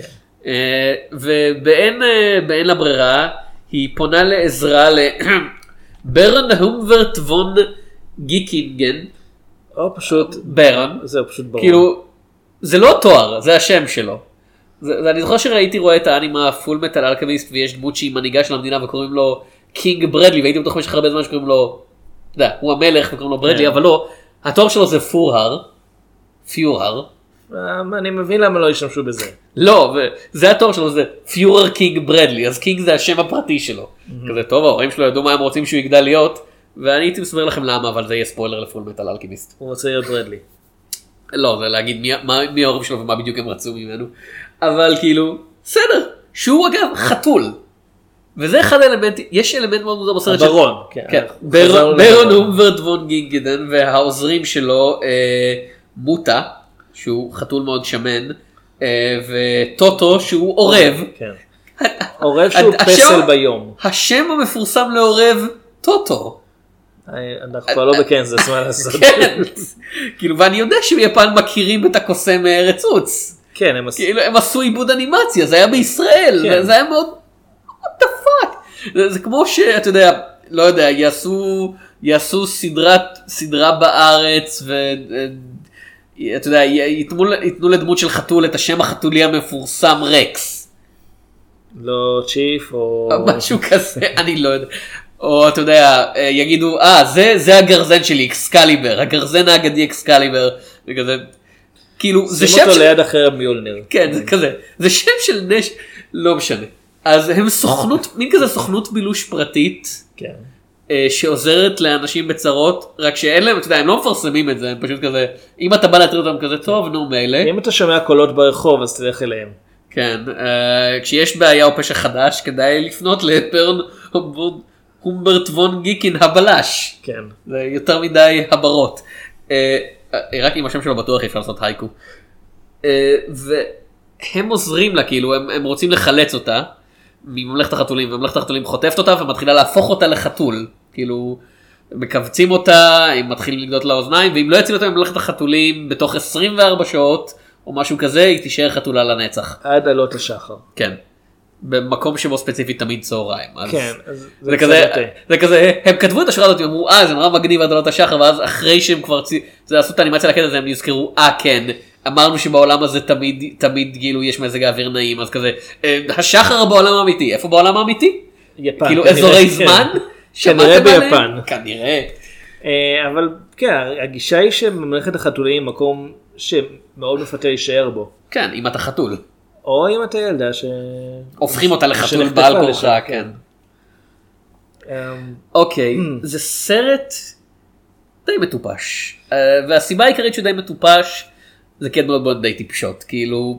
ובאין באין לה ברירה, היא פונה לעזרה לברן הומברט וון גיקינגן. או פשוט... ברן. זהו, פשוט ברון. כאילו, זה לא תואר, זה השם שלו. זה, אני זוכר שראיתי רואה את האנימה פול מטל אלכמיסט, ויש דמות שהיא מנהיגה של המדינה וקוראים לו קינג ברדלי, והייתי בטוח במשך הרבה זמן שקוראים לו, אתה יודע, הוא המלך וקוראים לו ברדלי, אבל לא, התואר שלו זה פורהר, פיורהר. אני מבין למה לא ישתמשו בזה. לא, זה התואר שלו, זה פיורר קינג ברדלי, אז קינג זה השם הפרטי שלו. כזה טוב, ההורים שלו ידעו מה הם רוצים שהוא יגדל להיות, ואני הייתי מסבר לכם למה, אבל זה יהיה ספוילר לפול מטל אלכמיסט. הוא רוצה להיות ברדלי. לא, זה להגיד מי, מה, מי ההורים שלו ומה בדיוק הם רצו ממנו. אבל כאילו, בסדר, שהוא אגב חתול. וזה אחד האלמנטים, יש אלמנט מאוד מוזר בסרט של... הברון. כן, ברון הומברט וון גינגדן והעוזרים שלו, מוטה, שהוא חתול מאוד שמן, וטוטו שהוא עורב. עורב שהוא פסל ביום. השם המפורסם לעורב טוטו. אנחנו כבר לא בקנזס, מה לעשות. כן, כאילו, ואני יודע שביפן מכירים את הקוסם ארץ עוץ. כן, הם עשו. כאילו, הם עשו עיבוד אנימציה, זה היה בישראל, זה היה מאוד, what the fuck. זה כמו שאתה יודע, לא יודע, יעשו, יעשו סדרת, סדרה בארץ, ואתה יודע, ייתנו לדמות של חתול את השם החתולי המפורסם רקס. לא צ'יף או... משהו כזה, אני לא יודע. או אתה יודע, יגידו, אה, זה, זה הגרזן שלי, אקסקליבר, הגרזן האגדי אקסקליבר, וכזה, כאילו, זה שם שים אותו של... ליד אחר מיולנר. כן, זה כזה, זה שם של נש... לא משנה. אז הם סוכנות, מין כזה סוכנות בילוש פרטית, כן. שעוזרת לאנשים בצרות, רק שאין להם, אתה יודע, הם לא מפרסמים את זה, הם פשוט כזה, אם אתה בא להטריד אותם כזה, טוב, נו, מילא. אם אתה שומע קולות ברחוב, אז תלך אליהם. כן, כשיש בעיה או פשע חדש, כדאי לפנות לברן הומברט וון גיקין הבלש. כן. זה יותר מדי הברות. רק עם השם שלו בטוח אפשר לעשות הייקו. והם עוזרים לה, כאילו, הם, הם רוצים לחלץ אותה מממלכת החתולים, וממלכת החתולים חוטפת אותה ומתחילה להפוך אותה לחתול. כאילו, מקבצים אותה, הם מתחילים לגדות לאוזניים, ואם לא יציל אותה מממלכת החתולים בתוך עשרים וארבע שעות, או משהו כזה, היא תישאר חתולה לנצח. עד עלות השחר. כן. במקום שבו ספציפית תמיד צהריים. כן, אז זה, זה כזה, זה כזה, הם כתבו את השורה הזאת, הם אמרו, אה, זה נורא מגניב עד עלות השחר, ואז אחרי שהם כבר, זה עשו את האנימציה לקטע הזה, הם נזכרו, אה, כן, אמרנו שבעולם הזה תמיד, תמיד, כאילו, יש מזג האוויר נעים, אז כזה, השחר בעולם האמיתי, איפה בעולם האמיתי? יפן. כאילו, אזורי זמן? כנראה ביפן. כנראה. אבל כן, הגישה היא שממלכת החתולים מקום שמאוד מפתה להישאר בו. כן, אם אתה חתול. או אם אתה ילדה ש... הופכים אותה לחתול בעל כורחה, כן. אוקיי, זה סרט די מטופש. והסיבה העיקרית שהוא די מטופש, זה כן מאוד מאוד די טיפשות, כאילו...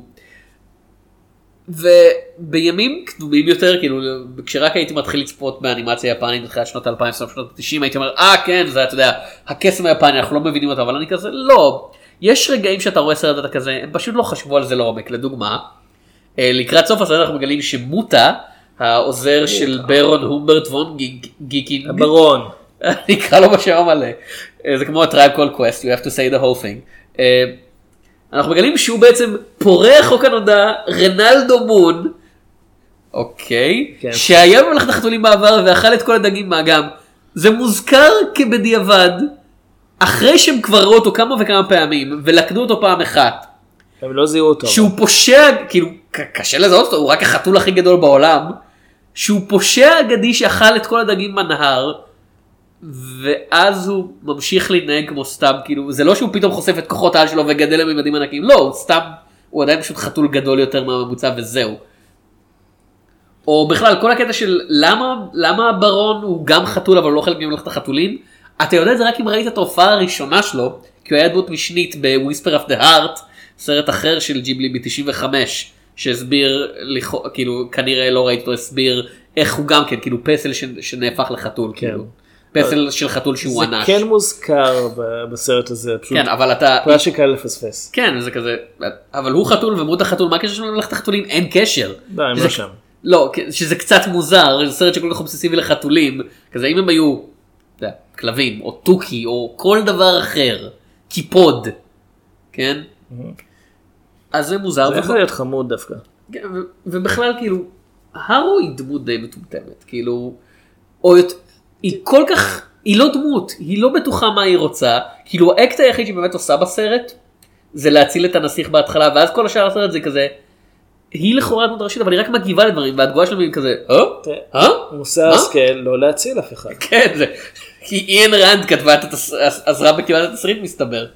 ובימים קדומים יותר, כאילו, כשרק הייתי מתחיל לצפות באנימציה יפנית בתחילת שנות אלפיים, שנות ה-תשעים, הייתי אומר, אה, כן, זה, אתה יודע, הקסם היפני, אנחנו לא מבינים אותו, אבל אני כזה, לא. יש רגעים שאתה רואה סרט אתה כזה, הם פשוט לא חשבו על זה לעומק. לדוגמה, לקראת סוף הסרט אנחנו מגלים שמוטה, העוזר של ברון הומברט וון גיקינג, הברון, נקרא לו בשם המלא, זה כמו ה-Tribe Called Quest, you have to say the whole thing. אנחנו מגלים שהוא בעצם פורע חוק הנודע, רנלדו מון, אוקיי, כן. שהיה בממלכת החתולים בעבר ואכל את כל הדגים מהאגם. זה מוזכר כבדיעבד, אחרי שהם כבר ראו אותו כמה וכמה פעמים, ולקנו אותו פעם אחת. הם לא זיהו אותו. שהוא פושע, כאילו, קשה לזהות אותו, הוא רק החתול הכי גדול בעולם, שהוא פושע אגדי שאכל את כל הדגים מהנהר, ואז הוא ממשיך להתנהג כמו סתם, כאילו, זה לא שהוא פתאום חושף את כוחות העל שלו וגדל לממדים ענקיים, לא, הוא סתם, הוא עדיין פשוט חתול גדול יותר מהממוצע וזהו. או בכלל, כל הקטע של למה, למה הברון הוא גם חתול אבל לא חלק מממלכת החתולים, אתה יודע את זה רק אם ראית את ההופעה הראשונה שלו, כי הוא היה דמות משנית ב-Whisper of the Heart, סרט אחר של ג'יבלי ב-תשעים וחמש, שהסביר, כאילו, כנראה לא ראית אותו, הסביר איך הוא גם כן, כאילו, פסל שנהפך לחתול, כאילו. פסל של חתול שהוא אנש. זה כן מוזכר בסרט הזה, פשוט כן, אבל אתה... פרש שקל לפספס. כן, זה כזה, אבל הוא חתול ומות החתול, מה הקשר שלנו למלכת החתולים? אין קשר. לא, הם לא שם. לא, שזה קצת מוזר, זה סרט שכל כך אובססיבי לחתולים, כזה אם הם היו כלבים, או טוקי, או כל דבר אחר, קיפוד, כן? אז זה מוזר. זה יכול להיות חמוד דווקא. ובכלל, כאילו, הרו היא דמות די מטומטמת, כאילו, או יותר... היא כל כך, היא לא דמות, היא לא בטוחה מה היא רוצה, כאילו האקט היחיד שהיא באמת עושה בסרט, זה להציל את הנסיך בהתחלה, ואז כל השאר הסרט זה כזה, היא לכאורה דמות ראשית, אבל היא רק מגיבה לדברים, והתגובה שלנו היא כזה, אה? אה? מוסר השכל לא להציל אף אחד. כן, זה, כי איין רנד כתבה את עזרה בכתיבת התסריט מסתבר.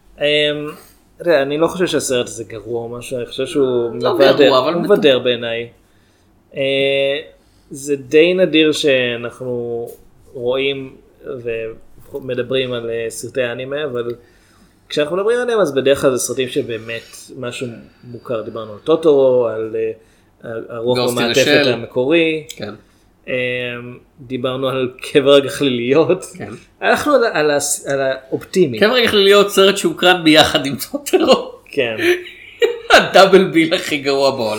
אני לא חושב שהסרט הזה גרוע או משהו, אני חושב שהוא מבדר בעיניי. זה די נדיר שאנחנו רואים ומדברים על סרטי אנימה, אבל כשאנחנו מדברים עליהם אז בדרך כלל זה סרטים שבאמת משהו מוכר, דיברנו על טוטורו, על הרוח במעטפת המקורי, כן. דיברנו על קבר הגחליליות, כן. הלכנו על, על, על האופטימי. קבר הגחליליות סרט שהוקרן ביחד עם טוטורו. כן. הדאבל ביל הכי גרוע בעולם.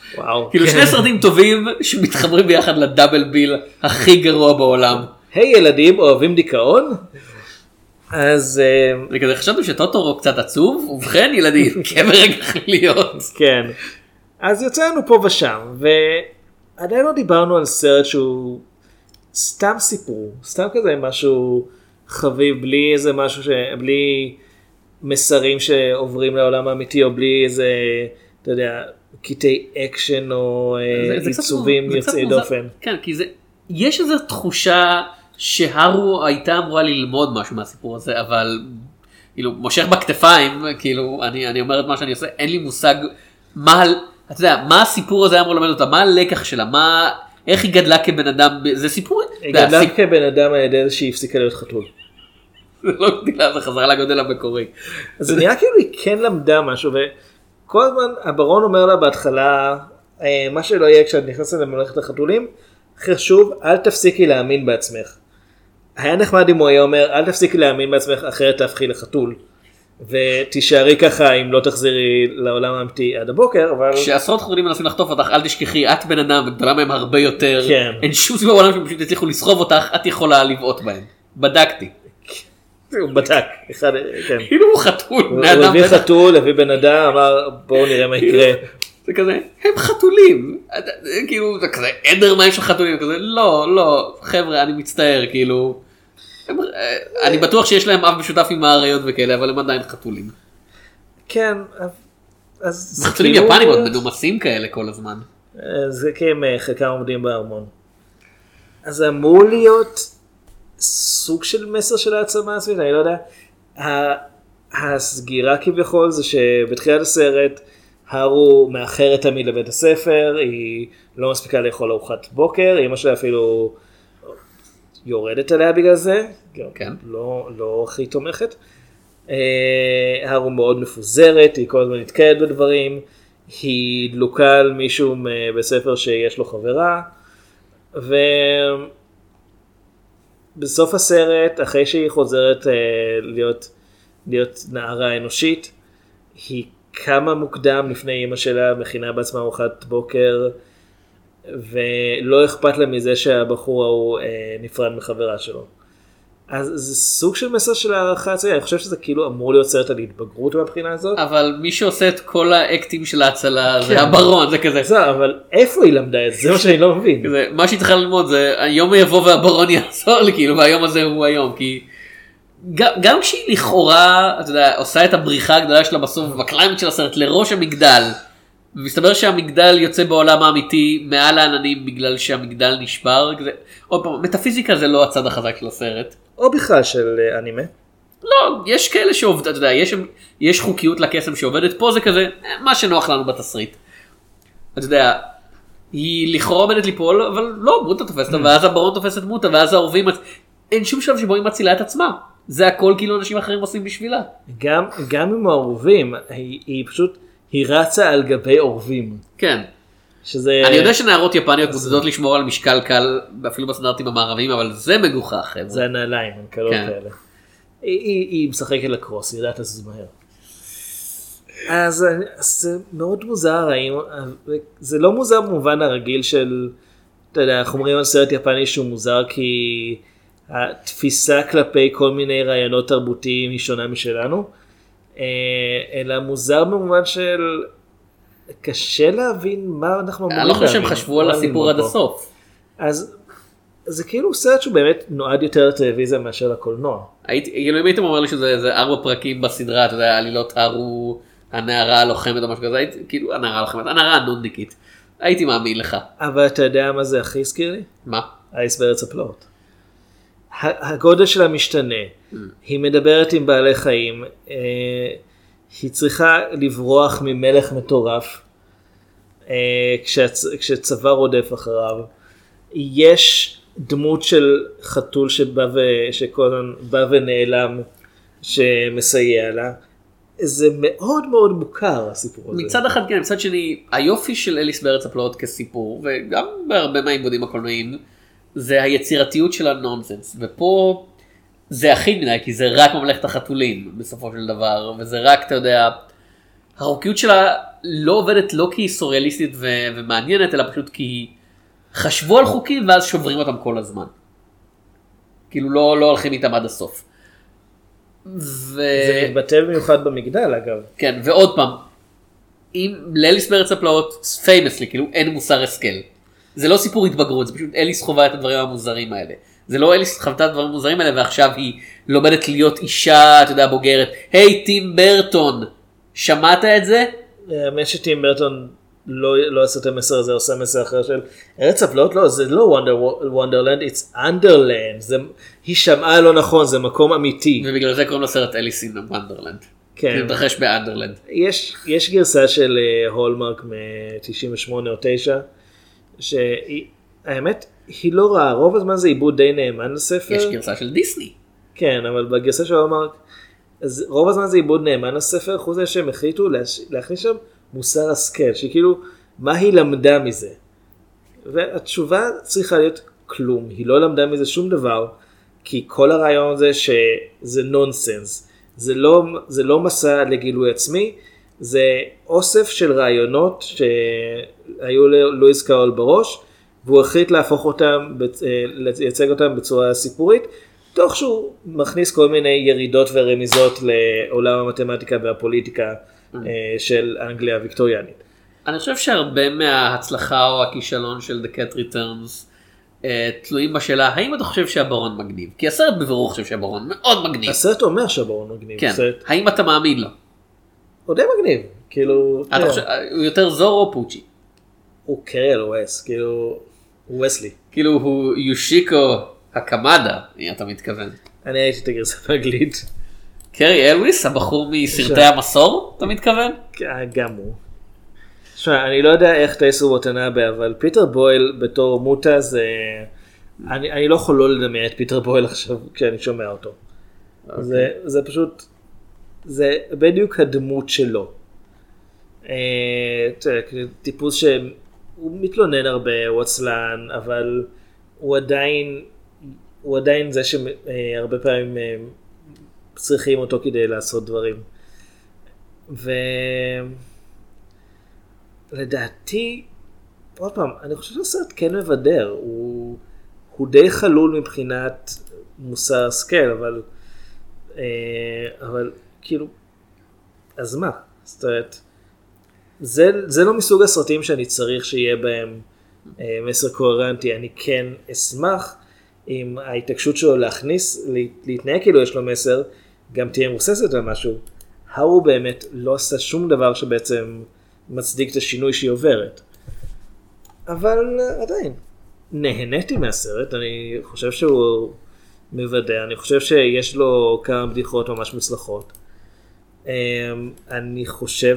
וואו. כאילו שני סרטים טובים שמתחברים ביחד לדאבל ביל הכי גרוע בעולם. היי ילדים, אוהבים דיכאון? אז... אני כזה חשבתם שטוטורו קצת עצוב, ובכן ילדים, קבר רגע להיות. כן. אז יוצאנו פה ושם, ועדיין לא דיברנו על סרט שהוא סתם סיפור, סתם כזה משהו חביב, בלי איזה משהו ש... בלי מסרים שעוברים לעולם האמיתי, או בלי איזה, אתה יודע, קטעי אקשן או עיצובים יוצאי דופן. כן, כי זה, יש איזו תחושה שהרו הייתה אמורה ללמוד משהו מהסיפור הזה, אבל כאילו מושך בכתפיים, כאילו אני, אני אומר את מה שאני עושה, אין לי מושג מה, אתה יודע, מה הסיפור הזה אמור ללמד אותה, מה הלקח שלה, מה, איך היא גדלה כבן אדם, זה סיפור? היא גדלה סיפ... כבן אדם על ידי זה שהיא הפסיקה להיות חתול. זה לא גדלה, זה חזרה לגודל המקורי. אז זה נראה כאילו היא כן למדה משהו, וכל הזמן הברון אומר לה בהתחלה, מה שלא יהיה כשאת נכנסת לממלכת החתולים, חשוב, אל תפסיקי להאמין בעצמך. היה נחמד אם הוא היה אומר, אל תפסיקי להאמין בעצמך, אחרת תהפכי לחתול. ותישארי ככה אם לא תחזירי לעולם האמיתי עד הבוקר, אבל... כשעשרות חתולים מנסים לחטוף אותך, אל תשכחי, את בן אדם וגדולה מהם הרבה יותר. כן. אין שום סיבה בעולם שהם פשוט יצליחו לסחוב אותך, את יכולה לבעוט בהם. בדקתי. הוא בדק. אחד, כן. כאילו הוא חתול. הוא הביא חתול, הביא בן אדם, אמר בואו נראה מה יקרה. זה כזה, הם חתולים. כאילו זה כזה עדר מים של חתולים. כזה, לא, לא, חבר'ה, אני מצטער, כאילו... אני בטוח שיש להם אף משותף עם האריות וכאלה, אבל הם עדיין חתולים. כן, אז... חתולים יפנים עוד מנומסים כאלה כל הזמן. זה כי הם חלקם עומדים בארמון. אז אמור להיות סוג של מסר של העצמה עצמית, אני לא יודע. הסגירה כביכול זה שבתחילת הסרט, הרו מאחרת תמיד לבית הספר, היא לא מספיקה לאכול ארוחת בוקר, אמא שלה אפילו... יורדת עליה בגלל זה, כן. לא, לא הכי תומכת. הרו מאוד מפוזרת, היא כל הזמן נתקעת בדברים, היא דלוקה על מישהו בספר שיש לו חברה, ובסוף הסרט, אחרי שהיא חוזרת להיות, להיות נערה אנושית, היא קמה מוקדם לפני אמא שלה, מכינה בעצמה ארוחת בוקר, ולא אכפת לה מזה שהבחור הוא אה, נפרד מחברה שלו. אז זה סוג של מסר של הערכה עצמית, אני חושב שזה כאילו אמור להיות סרט על התבגרות מהבחינה הזאת. אבל מי שעושה את כל האקטים של ההצלה כן. זה הברון, זה כזה. זה, אבל איפה היא למדה את זה? זה מה שאני לא מבין. כזה, מה שהיא צריכה ללמוד זה היום יבוא והברון יעזור לי, כאילו, והיום הזה הוא היום, כי גם, גם כשהיא לכאורה, אתה יודע, עושה את הבריחה הגדולה שלה בסוף, בקליימט של הסרט לראש המגדל, ומסתבר שהמגדל יוצא בעולם האמיתי מעל העננים בגלל שהמגדל נשבר. עוד פעם, מטאפיזיקה זה לא הצד החזק של הסרט. או בכלל של אנימה. לא, יש כאלה שעובדת, אתה יודע, יש, יש חוקיות לקסם שעובדת, פה זה כזה, מה שנוח לנו בתסריט. אתה יודע, היא לכאורה עומדת ליפול, אבל לא, מוטה תופסת, ואז הברון תופסת מוטה, ואז העורבים, אין שום שלב שבו היא מצילה את עצמה. זה הכל כאילו אנשים אחרים עושים בשבילה. גם, גם עם העורבים, היא, היא פשוט... היא רצה על גבי עורבים. כן. שזה... אני יודע שנערות יפניות מודדות לשמור על משקל קל, אפילו בסטנדרטים המערבים, אבל זה מגוחך. זה הנעליים, הן קלות כן. כאלה. היא, היא, היא משחקת לקרוס, היא יודעת לזוז מהר. אז זה מאוד מוזר, זה לא מוזר במובן הרגיל של, אתה יודע, אנחנו אומרים על סרט יפני שהוא מוזר, כי התפיסה כלפי כל מיני רעיונות תרבותיים היא שונה משלנו. אלא מוזר במובן של קשה להבין מה אנחנו אמורים להבין. אני לא חושב שהם חשבו על הסיפור עד הסוף. אז זה כאילו סרט שהוא באמת נועד יותר לטלוויזיה מאשר לקולנוע. אם הייתם אומר לי שזה ארבע פרקים בסדרה, אתה יודע, עלילות הרו, הנערה הלוחמת או משהו כזה, כאילו הנערה הלוחמת, הנערה הנודניקית, הייתי מאמין לך. אבל אתה יודע מה זה הכי הזכיר לי? מה? אליס בארץ הפלאות. הגודל שלה משתנה, היא מדברת עם בעלי חיים, היא צריכה לברוח ממלך מטורף, כשצבא רודף אחריו, יש דמות של חתול שבא ונעלם שמסייע לה, זה מאוד מאוד מוכר הסיפור הזה. מצד אחד כן, מצד שני, היופי של אליס בארץ הפלאות כסיפור, וגם בהרבה מהעיבודים הקולנועיים, זה היצירתיות של הנונסנס, ופה זה אחיד מדי, כי זה רק ממלכת החתולים בסופו של דבר, וזה רק, אתה יודע, החוקיות שלה לא עובדת לא כי היא סוריאליסטית ו- ומעניינת, אלא פשוט כי חשבו על חוקים ואז שוברים אותם כל הזמן. כאילו לא, לא הולכים איתם עד הסוף. ו... זה מתבטא במיוחד במגדל אגב. כן, ועוד פעם, אם לאליס בארץ הפלאות, פיימסלי, כאילו אין מוסר השכל. זה לא סיפור התבגרות, זה פשוט אליס חווה את הדברים המוזרים האלה. זה לא אליס חוותה את הדברים המוזרים האלה, ועכשיו היא לומדת להיות אישה, אתה יודע, בוגרת. היי, טים ברטון, שמעת את זה? האמת שטים ברטון לא, לא עושה את המסר הזה, עושה מסר אחר של ארץ הפלאות, לא, זה לא וונדרלנד, it's underland. זה, היא שמעה לא נכון, זה מקום אמיתי. ובגלל זה קוראים לסרט אליס אין וונדרלנד. כן. זה מתרחש באנדרלנד. יש, יש גרסה של הולמרק מ-תשעים ושמונה או תשע, שהאמת היא לא רעה, רוב הזמן זה עיבוד די נאמן לספר. יש גרסה של דיסני. כן, אבל בגרסה של הולמרק, אז רוב הזמן זה עיבוד נאמן לספר, חוץ זה שהם החליטו להכניס שם מוסר השכל, שכאילו, מה היא למדה מזה? והתשובה צריכה להיות כלום, היא לא למדה מזה שום דבר, כי כל הרעיון הזה שזה נונסנס, זה לא, זה לא מסע לגילוי עצמי, זה אוסף של רעיונות שהיו ללואיס קארול בראש, והוא החליט להפוך אותם, לייצג אותם בצורה סיפורית, תוך שהוא מכניס כל מיני ירידות ורמיזות לעולם המתמטיקה והפוליטיקה של אנגליה הוויקטוריאנית. אני חושב שהרבה מההצלחה או הכישלון של The Cat Returns תלויים בשאלה, האם אתה חושב שהברון מגניב? כי הסרט בבירור חושב שהברון מאוד מגניב. הסרט אומר שהברון מגניב. כן, האם אתה מאמין לו? הוא די מגניב, כאילו... הוא יותר זורו או פוצ'י? הוא קריאל ווס, כאילו... הוא וסלי. כאילו הוא יושיקו הקמדה, אם אתה מתכוון. אני הייתי את הגרסה באנגלית. קרי אלוויס, הבחור מסרטי המסור, אתה מתכוון? גם הוא. תשמע, אני לא יודע איך טייסו ווטנאבה, אבל פיטר בויל בתור מוטה זה... אני, אני לא יכול לא לדמיין את פיטר בויל עכשיו כשאני שומע אותו. Okay. זה, זה פשוט... זה בדיוק הדמות שלו. טיפוס שהוא מתלונן הרבה, הוא עצלן, אבל הוא עדיין... הוא עדיין זה שהרבה פעמים צריכים אותו כדי לעשות דברים. ולדעתי, עוד פעם, אני חושב שהסרט כן מבדר, הוא, הוא די חלול מבחינת מוסר השכל, אבל, אבל כאילו, אז מה? זאת אומרת, זה, זה לא מסוג הסרטים שאני צריך שיהיה בהם מסר קוהרנטי, אני כן אשמח, עם ההתעקשות שלו להכניס, להתנהג כאילו יש לו מסר, גם תהיה מבוססת על משהו, הוא באמת לא עשה שום דבר שבעצם מצדיק את השינוי שהיא עוברת. אבל עדיין, נהניתי מהסרט, אני חושב שהוא מבדע, אני חושב שיש לו כמה בדיחות ממש מוצלחות. אני חושב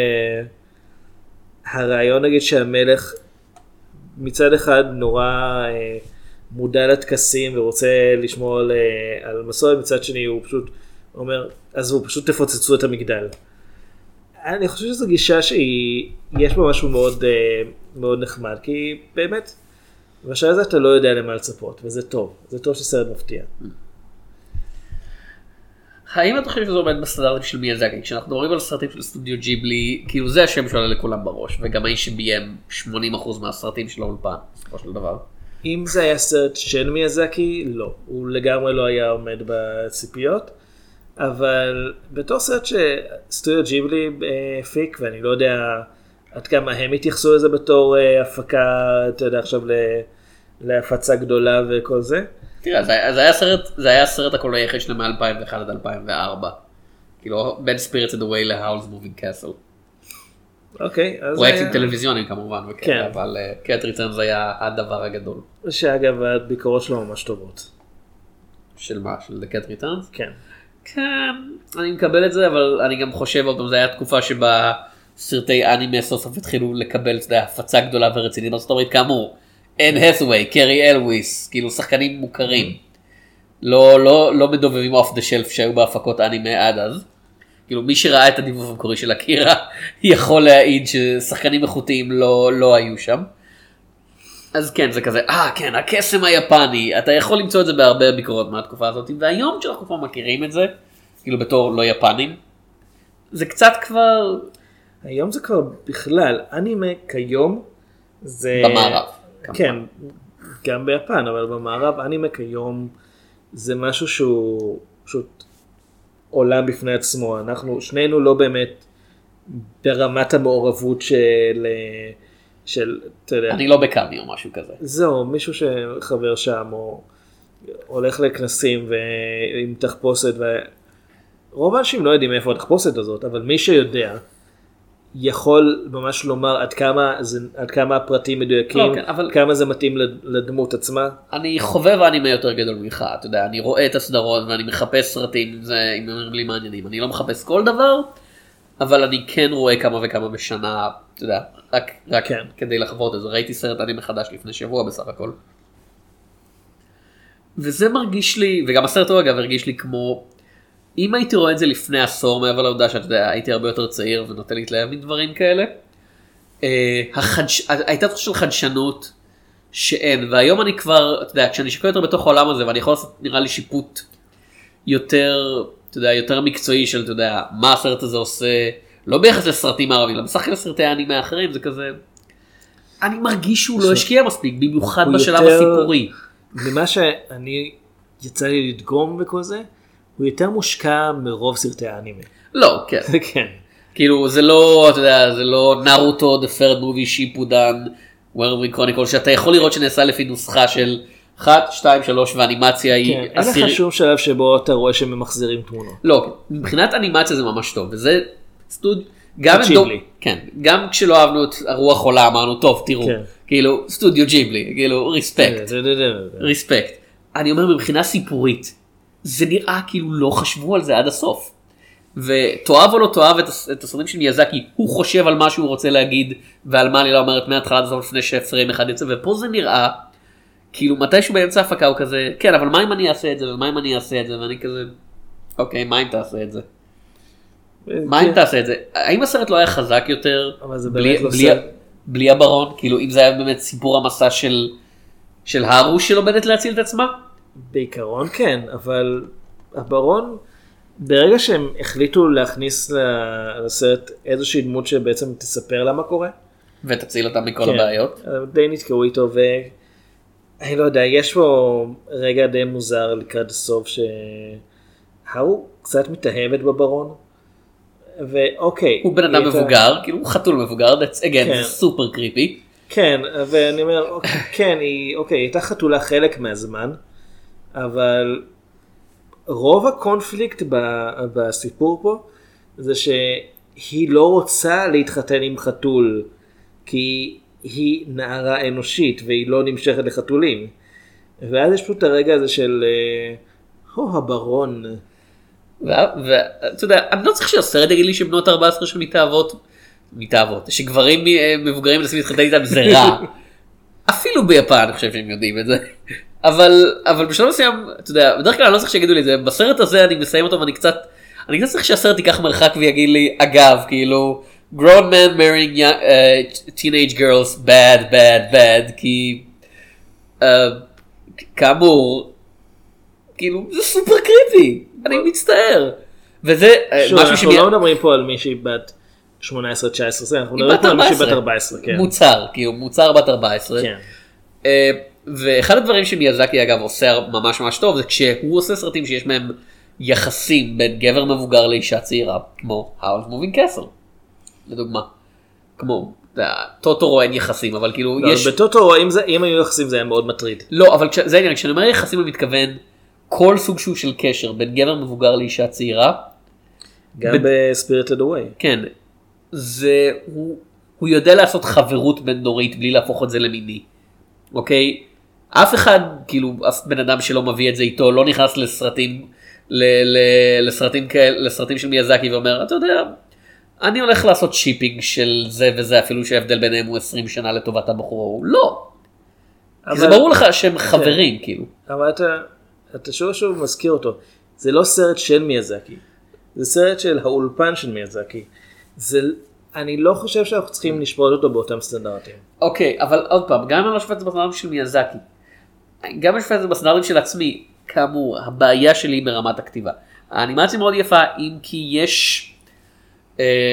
שהרעיון נגיד שהמלך מצד אחד נורא... מודע לתקסים ורוצה לשמור על, על מסורת, מצד שני הוא פשוט אומר, אז הוא פשוט תפוצצו את המגדל. אני חושב שזו גישה שיש בה משהו מאוד, מאוד נחמד, כי באמת, בשעה הזה אתה לא יודע למה לצפות, וזה טוב, זה טוב שסרט מפתיע. האם אתה חושב שזה עומד בסטנדרטים של מיאזקי? כשאנחנו מדברים על סרטים של סטודיו ג'יבלי, כאילו זה השם שעולה לכולם בראש, וגם האיש שביים שמונים אחוז מהסרטים של האולפן, בסופו של דבר. אם זה היה סרט של מיאזקי, לא. הוא לגמרי לא היה עומד בציפיות, אבל בתור סרט שסטודיו ג'יבלי הפיק, ואני לא יודע עד כמה הם התייחסו לזה בתור הפקה, אתה יודע, עכשיו להפצה גדולה וכל זה. תראה, זה היה סרט, זה היה סרט הכל היחיד שלהם מ-אלפיים ואחת עד אלפיים וארבע. כאילו, בין Spirited Away ל-Howl's Moving Castle. אוקיי, אז... פרויקטים טלוויזיונים כמובן, וכן, אבל Cat Returns היה הדבר הגדול. שאגב, הביקורות שלו ממש טובות. של מה? של The Cat Returns? כן. כן, אני מקבל את זה, אבל אני גם חושב, עוד פעם, זה היה תקופה שבה סרטי אנימה סוף סוף התחילו לקבל, אתה יודע, הפצה גדולה ורצינית בארצות הברית, כאמור, אן האת'ווי, קרי אלוויס, כאילו שחקנים מוכרים. לא, לא, לא מדובבים אוף דה שלף שהיו בהפקות אנימה עד אז. כאילו מי שראה את הדיבוב המקורי של אקירה יכול להעיד ששחקנים איכותיים לא, לא היו שם. אז כן, זה כזה, אה כן, הקסם היפני, אתה יכול למצוא את זה בהרבה ביקורות מהתקופה הזאת, והיום שאנחנו כבר מכירים את זה, כאילו בתור לא יפנים, זה קצת כבר, היום זה כבר בכלל, אנימה כיום זה... במערב. כן, גם ביפן, אבל במערב אנימה כיום זה משהו שהוא פשוט עולם בפני עצמו. אנחנו, שנינו לא באמת ברמת המעורבות של... של, אתה יודע. אני לא בקאמי או משהו כזה. זהו, מישהו שחבר שם או הולך לכנסים ועם תחפושת, ורוב האנשים לא יודעים איפה התחפושת הזאת, אבל מי שיודע יכול ממש לומר עד כמה, זה, עד כמה הפרטים מדויקים, לא, כן, אבל... כמה זה מתאים לדמות עצמה. אני חובב אנימה יותר גדול ממך, אתה יודע, אני רואה את הסדרות ואני מחפש סרטים, זה אם אומרים לי מעניינים, אני לא מחפש כל דבר, אבל אני כן רואה כמה וכמה בשנה, אתה יודע, רק, רק כן. כדי לחוות את זה. ראיתי סרט אנימה חדש לפני שבוע בסך הכל. וזה מרגיש לי, וגם הסרט הוא אגב הרגיש לי כמו, אם הייתי רואה את זה לפני עשור, מעבר לעובדה שאתה יודע, הייתי הרבה יותר צעיר ונוטה להתלהב מדברים כאלה, אה, החדש... הייתה תחושה של חדשנות שאין, והיום אני כבר, אתה יודע, כשאני שקוע יותר בתוך העולם הזה, ואני יכול לעשות נראה לי שיפוט יותר, אתה יודע, יותר מקצועי של, אתה יודע, מה הסרט הזה עושה, לא ביחס לסרטים הערבים, אלא בסך הכל לסרטי האנימה האחרים, זה כזה, אני מרגיש שהוא לא השקיע מספיק, במיוחד בשלב הסיפורי. ממה שאני יצא לי לדגום בכל זה, הוא יותר מושקע מרוב סרטי האנימה. לא, כן. כן. כאילו, זה לא, אתה יודע, זה לא נארוטו, The Third Movie, שיפודן, Werewolf Chronicle, שאתה יכול לראות שנעשה לפי נוסחה של אחת, שתיים, שלוש, ואנימציה היא... כן, אין לך שום שלב שבו אתה רואה שהם ממחזירים תמונות. לא, מבחינת אנימציה זה ממש טוב, וזה סטוד... גם ג'יבלי. כן, גם כשלא אהבנו את הרוח עולה, אמרנו, טוב, תראו, כאילו, סטודיו ג'יבלי, כאילו, ריספקט, ריספקט. אני אומר, מבחינה סיפורית, זה נראה כאילו לא חשבו על זה עד הסוף. ותאהב או לא תאהב את הסרטים של מיאזקי, הוא חושב על מה שהוא רוצה להגיד, ועל מה אני לא אומרת מההתחלה עד הסוף לפני שפריים אחד יצא, ופה זה נראה, כאילו, מתישהו באמצע הפקה הוא כזה, כן, אבל מה אם אני אעשה את זה, ומה אם אני אעשה את זה, ואני כזה, אוקיי, מה אם תעשה את זה? מה אם תעשה את זה? האם הסרט לא היה חזק יותר בלי הברון? כאילו אם זה היה באמת סיפור המסע של הארו שלומדת להציל את עצמה? בעיקרון כן, אבל הברון, ברגע שהם החליטו להכניס לסרט איזושהי דמות שבעצם תספר לה מה קורה. ותציל אותה מכל הבעיות. די נתקעו איתו ואני לא יודע, יש פה רגע די מוזר לקראת הסוף שהארו קצת מתאהבת בברון. ואוקיי. הוא בן אדם מבוגר, כאילו הוא חתול מבוגר, that's again, זה סופר קריפי. כן, ואני אומר, כן, היא, אוקיי, היא הייתה חתולה חלק מהזמן, אבל רוב הקונפליקט בסיפור פה, זה שהיא לא רוצה להתחתן עם חתול, כי היא נערה אנושית, והיא לא נמשכת לחתולים. ואז יש פשוט הרגע הזה של, הו, הברון. ואתה יודע, אני לא צריך שהסרט יגיד לי שבנות ארבע עשרה שמתאהבות, מתאהבות, שגברים מבוגרים מנסים להתחתן איתם זה רע. אפילו ביפן אני חושב שהם יודעים את זה. אבל, אבל בשלב מסוים, אתה יודע, בדרך כלל אני לא צריך שיגידו לי את זה, בסרט הזה אני מסיים אותו ואני קצת, אני קצת צריך שהסרט ייקח מרחק ויגיד לי, אגב, כאילו, grown men marrying young, uh, teenage girls, bad, bad, bad, כי, uh, כאמור, כאילו, זה סופר קריטי. אני מצטער. וזה משהו אנחנו לא מדברים פה על מישהי בת שמונה עשרה תשע עשרה, אנחנו מדברים פה על מישהי בת ארבע עשרה. מוצר, כאילו מוצר בת ארבע עשרה. ואחד הדברים שמיאזקי אגב עושה ממש ממש טוב, זה כשהוא עושה סרטים שיש מהם יחסים בין גבר מבוגר לאישה צעירה, כמו Howl's Moving Castle, לדוגמה. כמו, טוטורו אין יחסים, אבל כאילו יש... בטוטורו, אם היו יחסים זה היה מאוד מטריד. לא, אבל זה העניין, כשאני אומר יחסים אני מתכוון, כל סוג שהוא של קשר בין גבר מבוגר לאישה צעירה. גם ב-Spirited Away. כן. זה, הוא, הוא יודע לעשות חברות בין דורית בלי להפוך את זה למיני. אוקיי? אף אחד, כאילו, אף בן אדם שלא מביא את זה איתו, לא נכנס לסרטים, ל, ל, לסרטים, לסרטים של מיאזקי ואומר, אתה יודע, אני הולך לעשות שיפינג של זה וזה, אפילו שההבדל ביניהם הוא עשרים שנה לטובת הבחור. לא. אבל... זה ברור לך שהם חברים, כן. כאילו. אבל אתה... אתה שוב שוב מזכיר אותו, זה לא סרט של מיאזקי, זה סרט של האולפן של מיאזקי, זה, אני לא חושב שאנחנו צריכים לשפוט אותו באותם סטנדרטים. אוקיי, אבל עוד פעם, גם אם אני לא שופט את זה בסטנדרטים של מיאזקי, גם אם אני שופט את זה בסטנדרטים של עצמי, כאמור, הבעיה שלי ברמת הכתיבה. האנימציה מאוד יפה, אם כי יש, אה,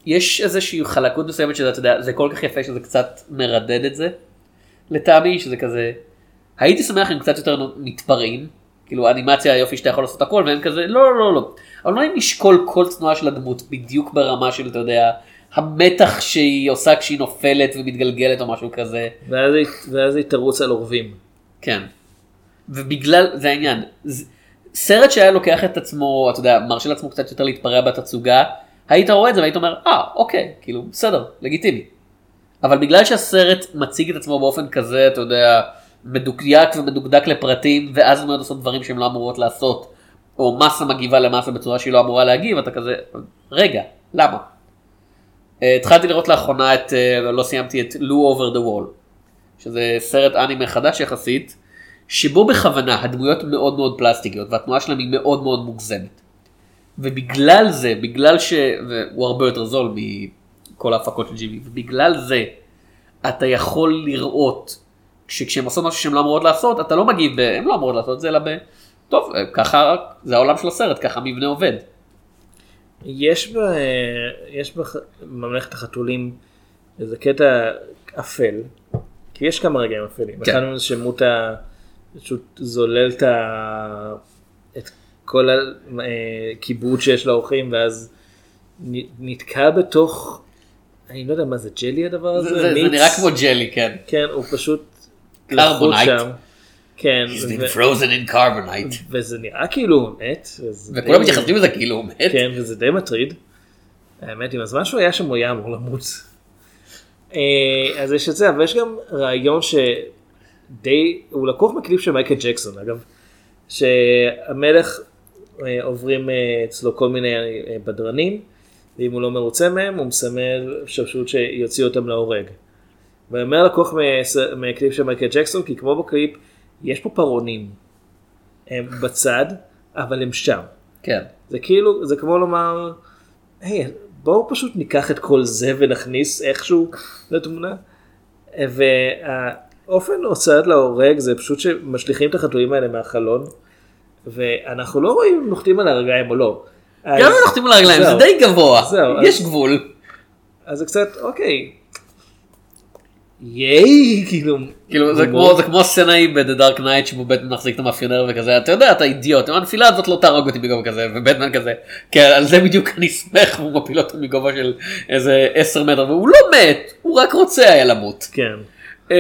יש איזושהי חלקות מסוימת שזה, אתה יודע, זה כל כך יפה שזה קצת מרדד את זה, לטעמי, שזה כזה, הייתי שמח אם קצת יותר מתפרעים, כאילו אנימציה היופי שאתה יכול לעשות הכל, והם כזה, לא, לא, לא, אבל לא אם נשקול כל תנועה של הדמות, בדיוק ברמה של, אתה יודע, המתח שהיא עושה כשהיא נופלת ומתגלגלת או משהו כזה. ואז היא, ואז היא תרוץ על אורבים. כן. ובגלל, זה העניין, סרט שהיה לוקח את עצמו, אתה יודע, מרשה לעצמו קצת יותר להתפרע בתצוגה, היית רואה את זה והיית אומר, אה, אוקיי, כאילו, בסדר, לגיטימי. אבל בגלל שהסרט מציג את עצמו באופן כזה, אתה יודע, מדוקדק ומדוקדק לפרטים, ואז הוא מאוד לעשות דברים שהן לא אמורות לעשות, או מסה מגיבה למסה בצורה שהיא לא אמורה להגיב, אתה כזה, רגע, למה? התחלתי לראות לאחרונה את, לא סיימתי את לו Over the Wall, שזה סרט אנימה חדש יחסית, שבו בכוונה הדמויות מאוד מאוד פלסטיקיות, והתנועה שלהם היא מאוד מאוד מוגזמת. ובגלל זה, בגלל שהוא הרבה יותר זול מכל ההפקות של ג'ימי, ובגלל זה אתה יכול לראות, כשהם עושות משהו שהם לא אמורות לעשות, אתה לא מגיב, הם לא אמורות לעשות את זה, אלא ב... טוב, ככה, זה העולם של הסרט, ככה מבנה עובד. יש ב... יש בממלכת החתולים איזה קטע אפל, כי יש כמה רגעים אפלים. כן. אחד מזה שמוטה פשוט זולל את ה... את כל הכיבוד שיש לאורחים, ואז נתקע בתוך, אני לא יודע מה זה, ג'לי הדבר הזה? זה, זה, זה נראה כמו ג'לי, כן. כן, הוא פשוט לחוץ שם. כן. He's been frozen in carbonite. וזה נראה כאילו הוא מת. וכולם מתייחסים לזה כאילו הוא מת. כן, וזה די מטריד. האמת, עם הזמן שהוא היה שם הוא היה אמור למות. אז יש את זה, אבל יש גם רעיון שדי, הוא לקוח מקליפ של מייקל ג'קסון, אגב, שהמלך עוברים אצלו כל מיני בדרנים, ואם הוא לא מרוצה מהם, הוא מסמל שפשוט שיוציא אותם להורג. ואומר לקוח מקליפ של מייקל ג'קסון, כי כמו בקליפ, יש פה פרעונים. הם בצד, אבל הם שם. כן. זה כאילו, זה כמו לומר, היי, בואו פשוט ניקח את כל זה ונכניס איכשהו לתמונה. והאופן הוצאת להורג זה פשוט שמשליכים את החתולים האלה מהחלון, ואנחנו לא רואים אם נוחתים על הרגליים או לא. גם אם נוחתים על הרגליים, זה די גבוה, יש גבול. אז זה קצת, אוקיי. ייי, כאילו. כאילו זה כמו, זה כמו סצנה היא ב-The Dark Knight שבו בטמן מחזיק את המאפיונר וכזה, אתה יודע, אתה אידיוט, הנפילה הזאת לא תהרוג אותי בגובה כזה, ובטמן כזה, כן, על זה בדיוק אני שמח, הוא מפיל אותו מגובה של איזה עשר מטר, והוא לא מת, הוא רק רוצה היה למות. כן.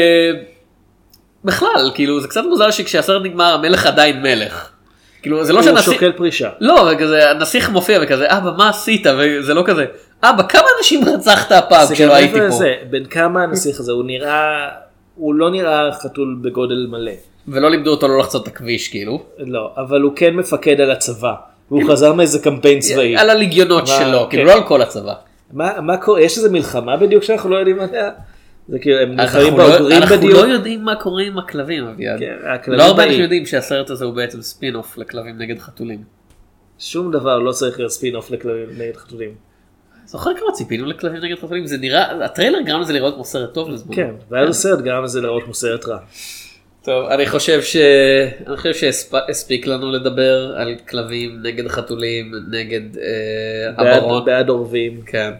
בכלל, כאילו, זה קצת מוזר שכשהסרט נגמר, המלך עדיין מלך. כאילו, זה לא שהנסיך... הוא שוקל פרישה. לא, וכזה, הנסיך מופיע וכזה, אבא, מה עשית? וזה לא כזה, אבא, כמה אנשים רצחת הפעם כשלא הייתי פה? זה, בין כמה הנסיך הזה, הוא נראה, הוא לא נראה חתול בגודל מלא. ולא לימדו אותו לא לחצות את הכביש, כאילו. לא, אבל הוא כן מפקד על הצבא. והוא חזר מאיזה קמפיין צבאי. על הליגיונות שלו, כאילו, לא על כל הצבא. מה קורה? יש איזה מלחמה בדיוק שאנחנו לא יודעים עליה? זה כאילו, הם נלחמים באוגרים בדיוק. אנחנו לא יודעים מה קורה עם הכלבים, אביעד. לא הרבה אנחנו יודעים שהסרט הזה הוא בעצם ספין אוף לכלבים נגד חתולים. שום דבר לא צריך להיות ספין אוף לכלבים נגד חתולים. זוכר כמה ציפינו לכלבים נגד חתולים? זה נראה, הטריילר גרם לזה לראות כמו סרט טוב לזמן. כן, ואז הסרט גרם לזה לראות כמו סרט רע. טוב, אני חושב ש... אני חושב שהספיק לנו לדבר על כלבים נגד חתולים, נגד אברון. בעד אורבים. כן.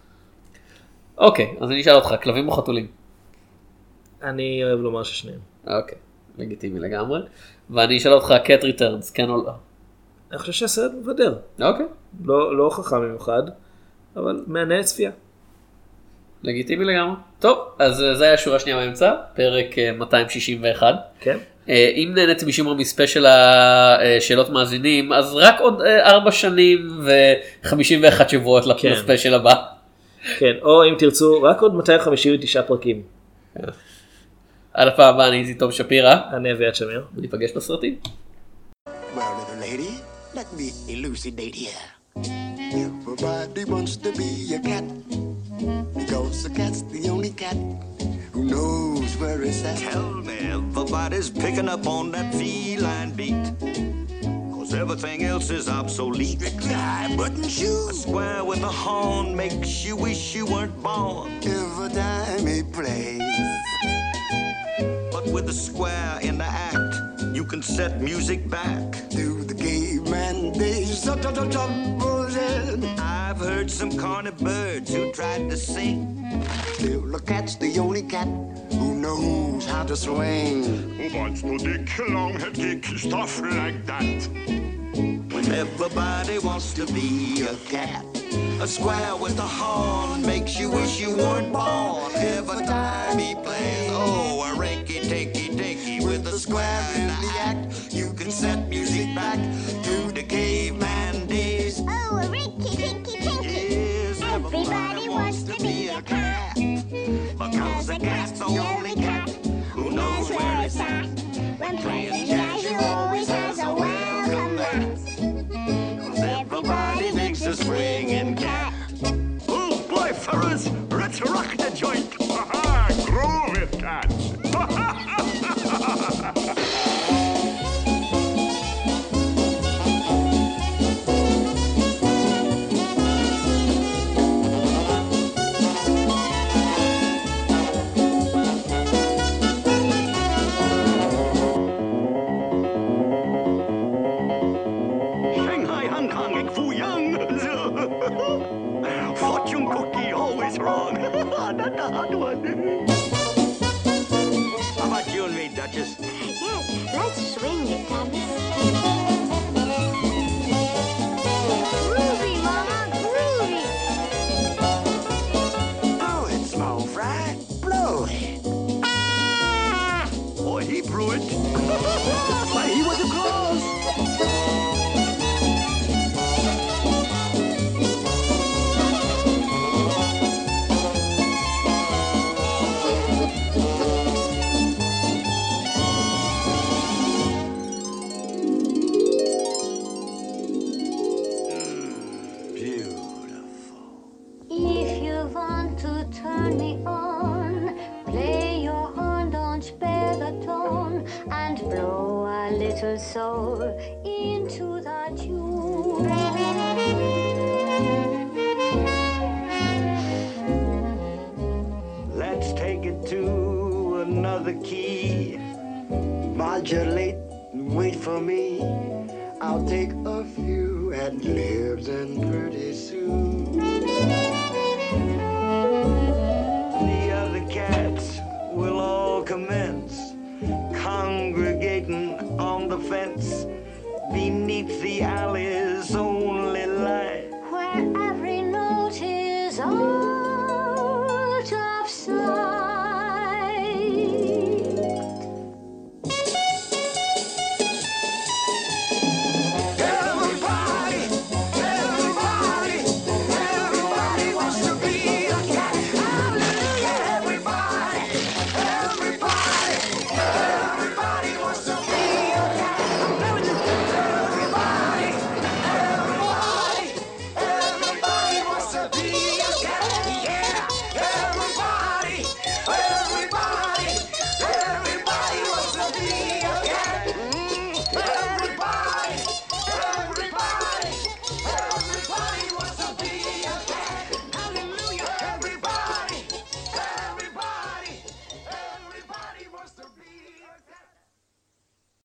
אוקיי, אז אני אשאל אותך, כלבים או חתולים? אני אוהב לומר ששניהם. אוקיי, לגיטימי לגמרי. ואני אשאל אותך, קט ריטרנס, כן או לא? אני חושב שהסרט מבדר. אוקיי. לא, לא חכם במיוחד, אבל מענה צפייה. לגיטימי לגמרי. טוב, אז זה היה שורה שנייה באמצע, פרק מאתיים שישים ואחת. כן. אם נהנתם משום מה מספיישל השאלות מאזינים, אז רק עוד ארבע שנים ו-חמישים ואחד שבועות לספיישל הבא. כן, או אם תרצו, רק עוד מאתיים חמישים ותשעה פרקים. עד הפעם הבאה, אני איתי תום שפירא. אני אביעד שמיר. וניפגש בסרטים. Well, little lady, let me elucidate here. Everybody wants to be a cat, because a cat's the only cat who knows where it's at. Tell me, everybody's picking up on that feline beat, cause everything else is obsolete. Strictly high button shoes, A square with a horn makes you wish you weren't born. every time he plays. But with the square in the act, you can set music back. To the caveman days, I've heard some corny birds who tried to sing. Still, the cat's the only cat who knows how to swing. Who wants to dick, long head kick, stuff like that? When everybody wants to be a cat. A square with a horn makes you wish you weren't born. Every time he plays, oh, a rinky-tinky-tinky with a square in the act. You can set music back to the caveman days. Oh, a rinky-tinky-tinky. Yes, Everybody wants to be a cat. Because a cat's the only cat who knows where it's at. When playing jazz, you always has a welcome mat. Everybody thinks a swinging cat. Oh boy, fellas, let's rock the joint. Ha-ha, groove it, cats. Shanghai, Hong Kong, ik voel young. Fortune cookie always wrong. Not the hot one. How about you and me, Duchess? Yes, let's swing it, Thomas. Groovy, Mama, groovy. Blow it, small fry, blow it. Boy, he blew it. Why, he was a close. If you want to turn me on, play your horn, don't spare the tone, and blow a little soul into the tune. Let's take it to another key. Modulate and wait for me. I'll take a few ad libs and pretty soon. The other cats will all commence congregating on the fence beneath the alley's only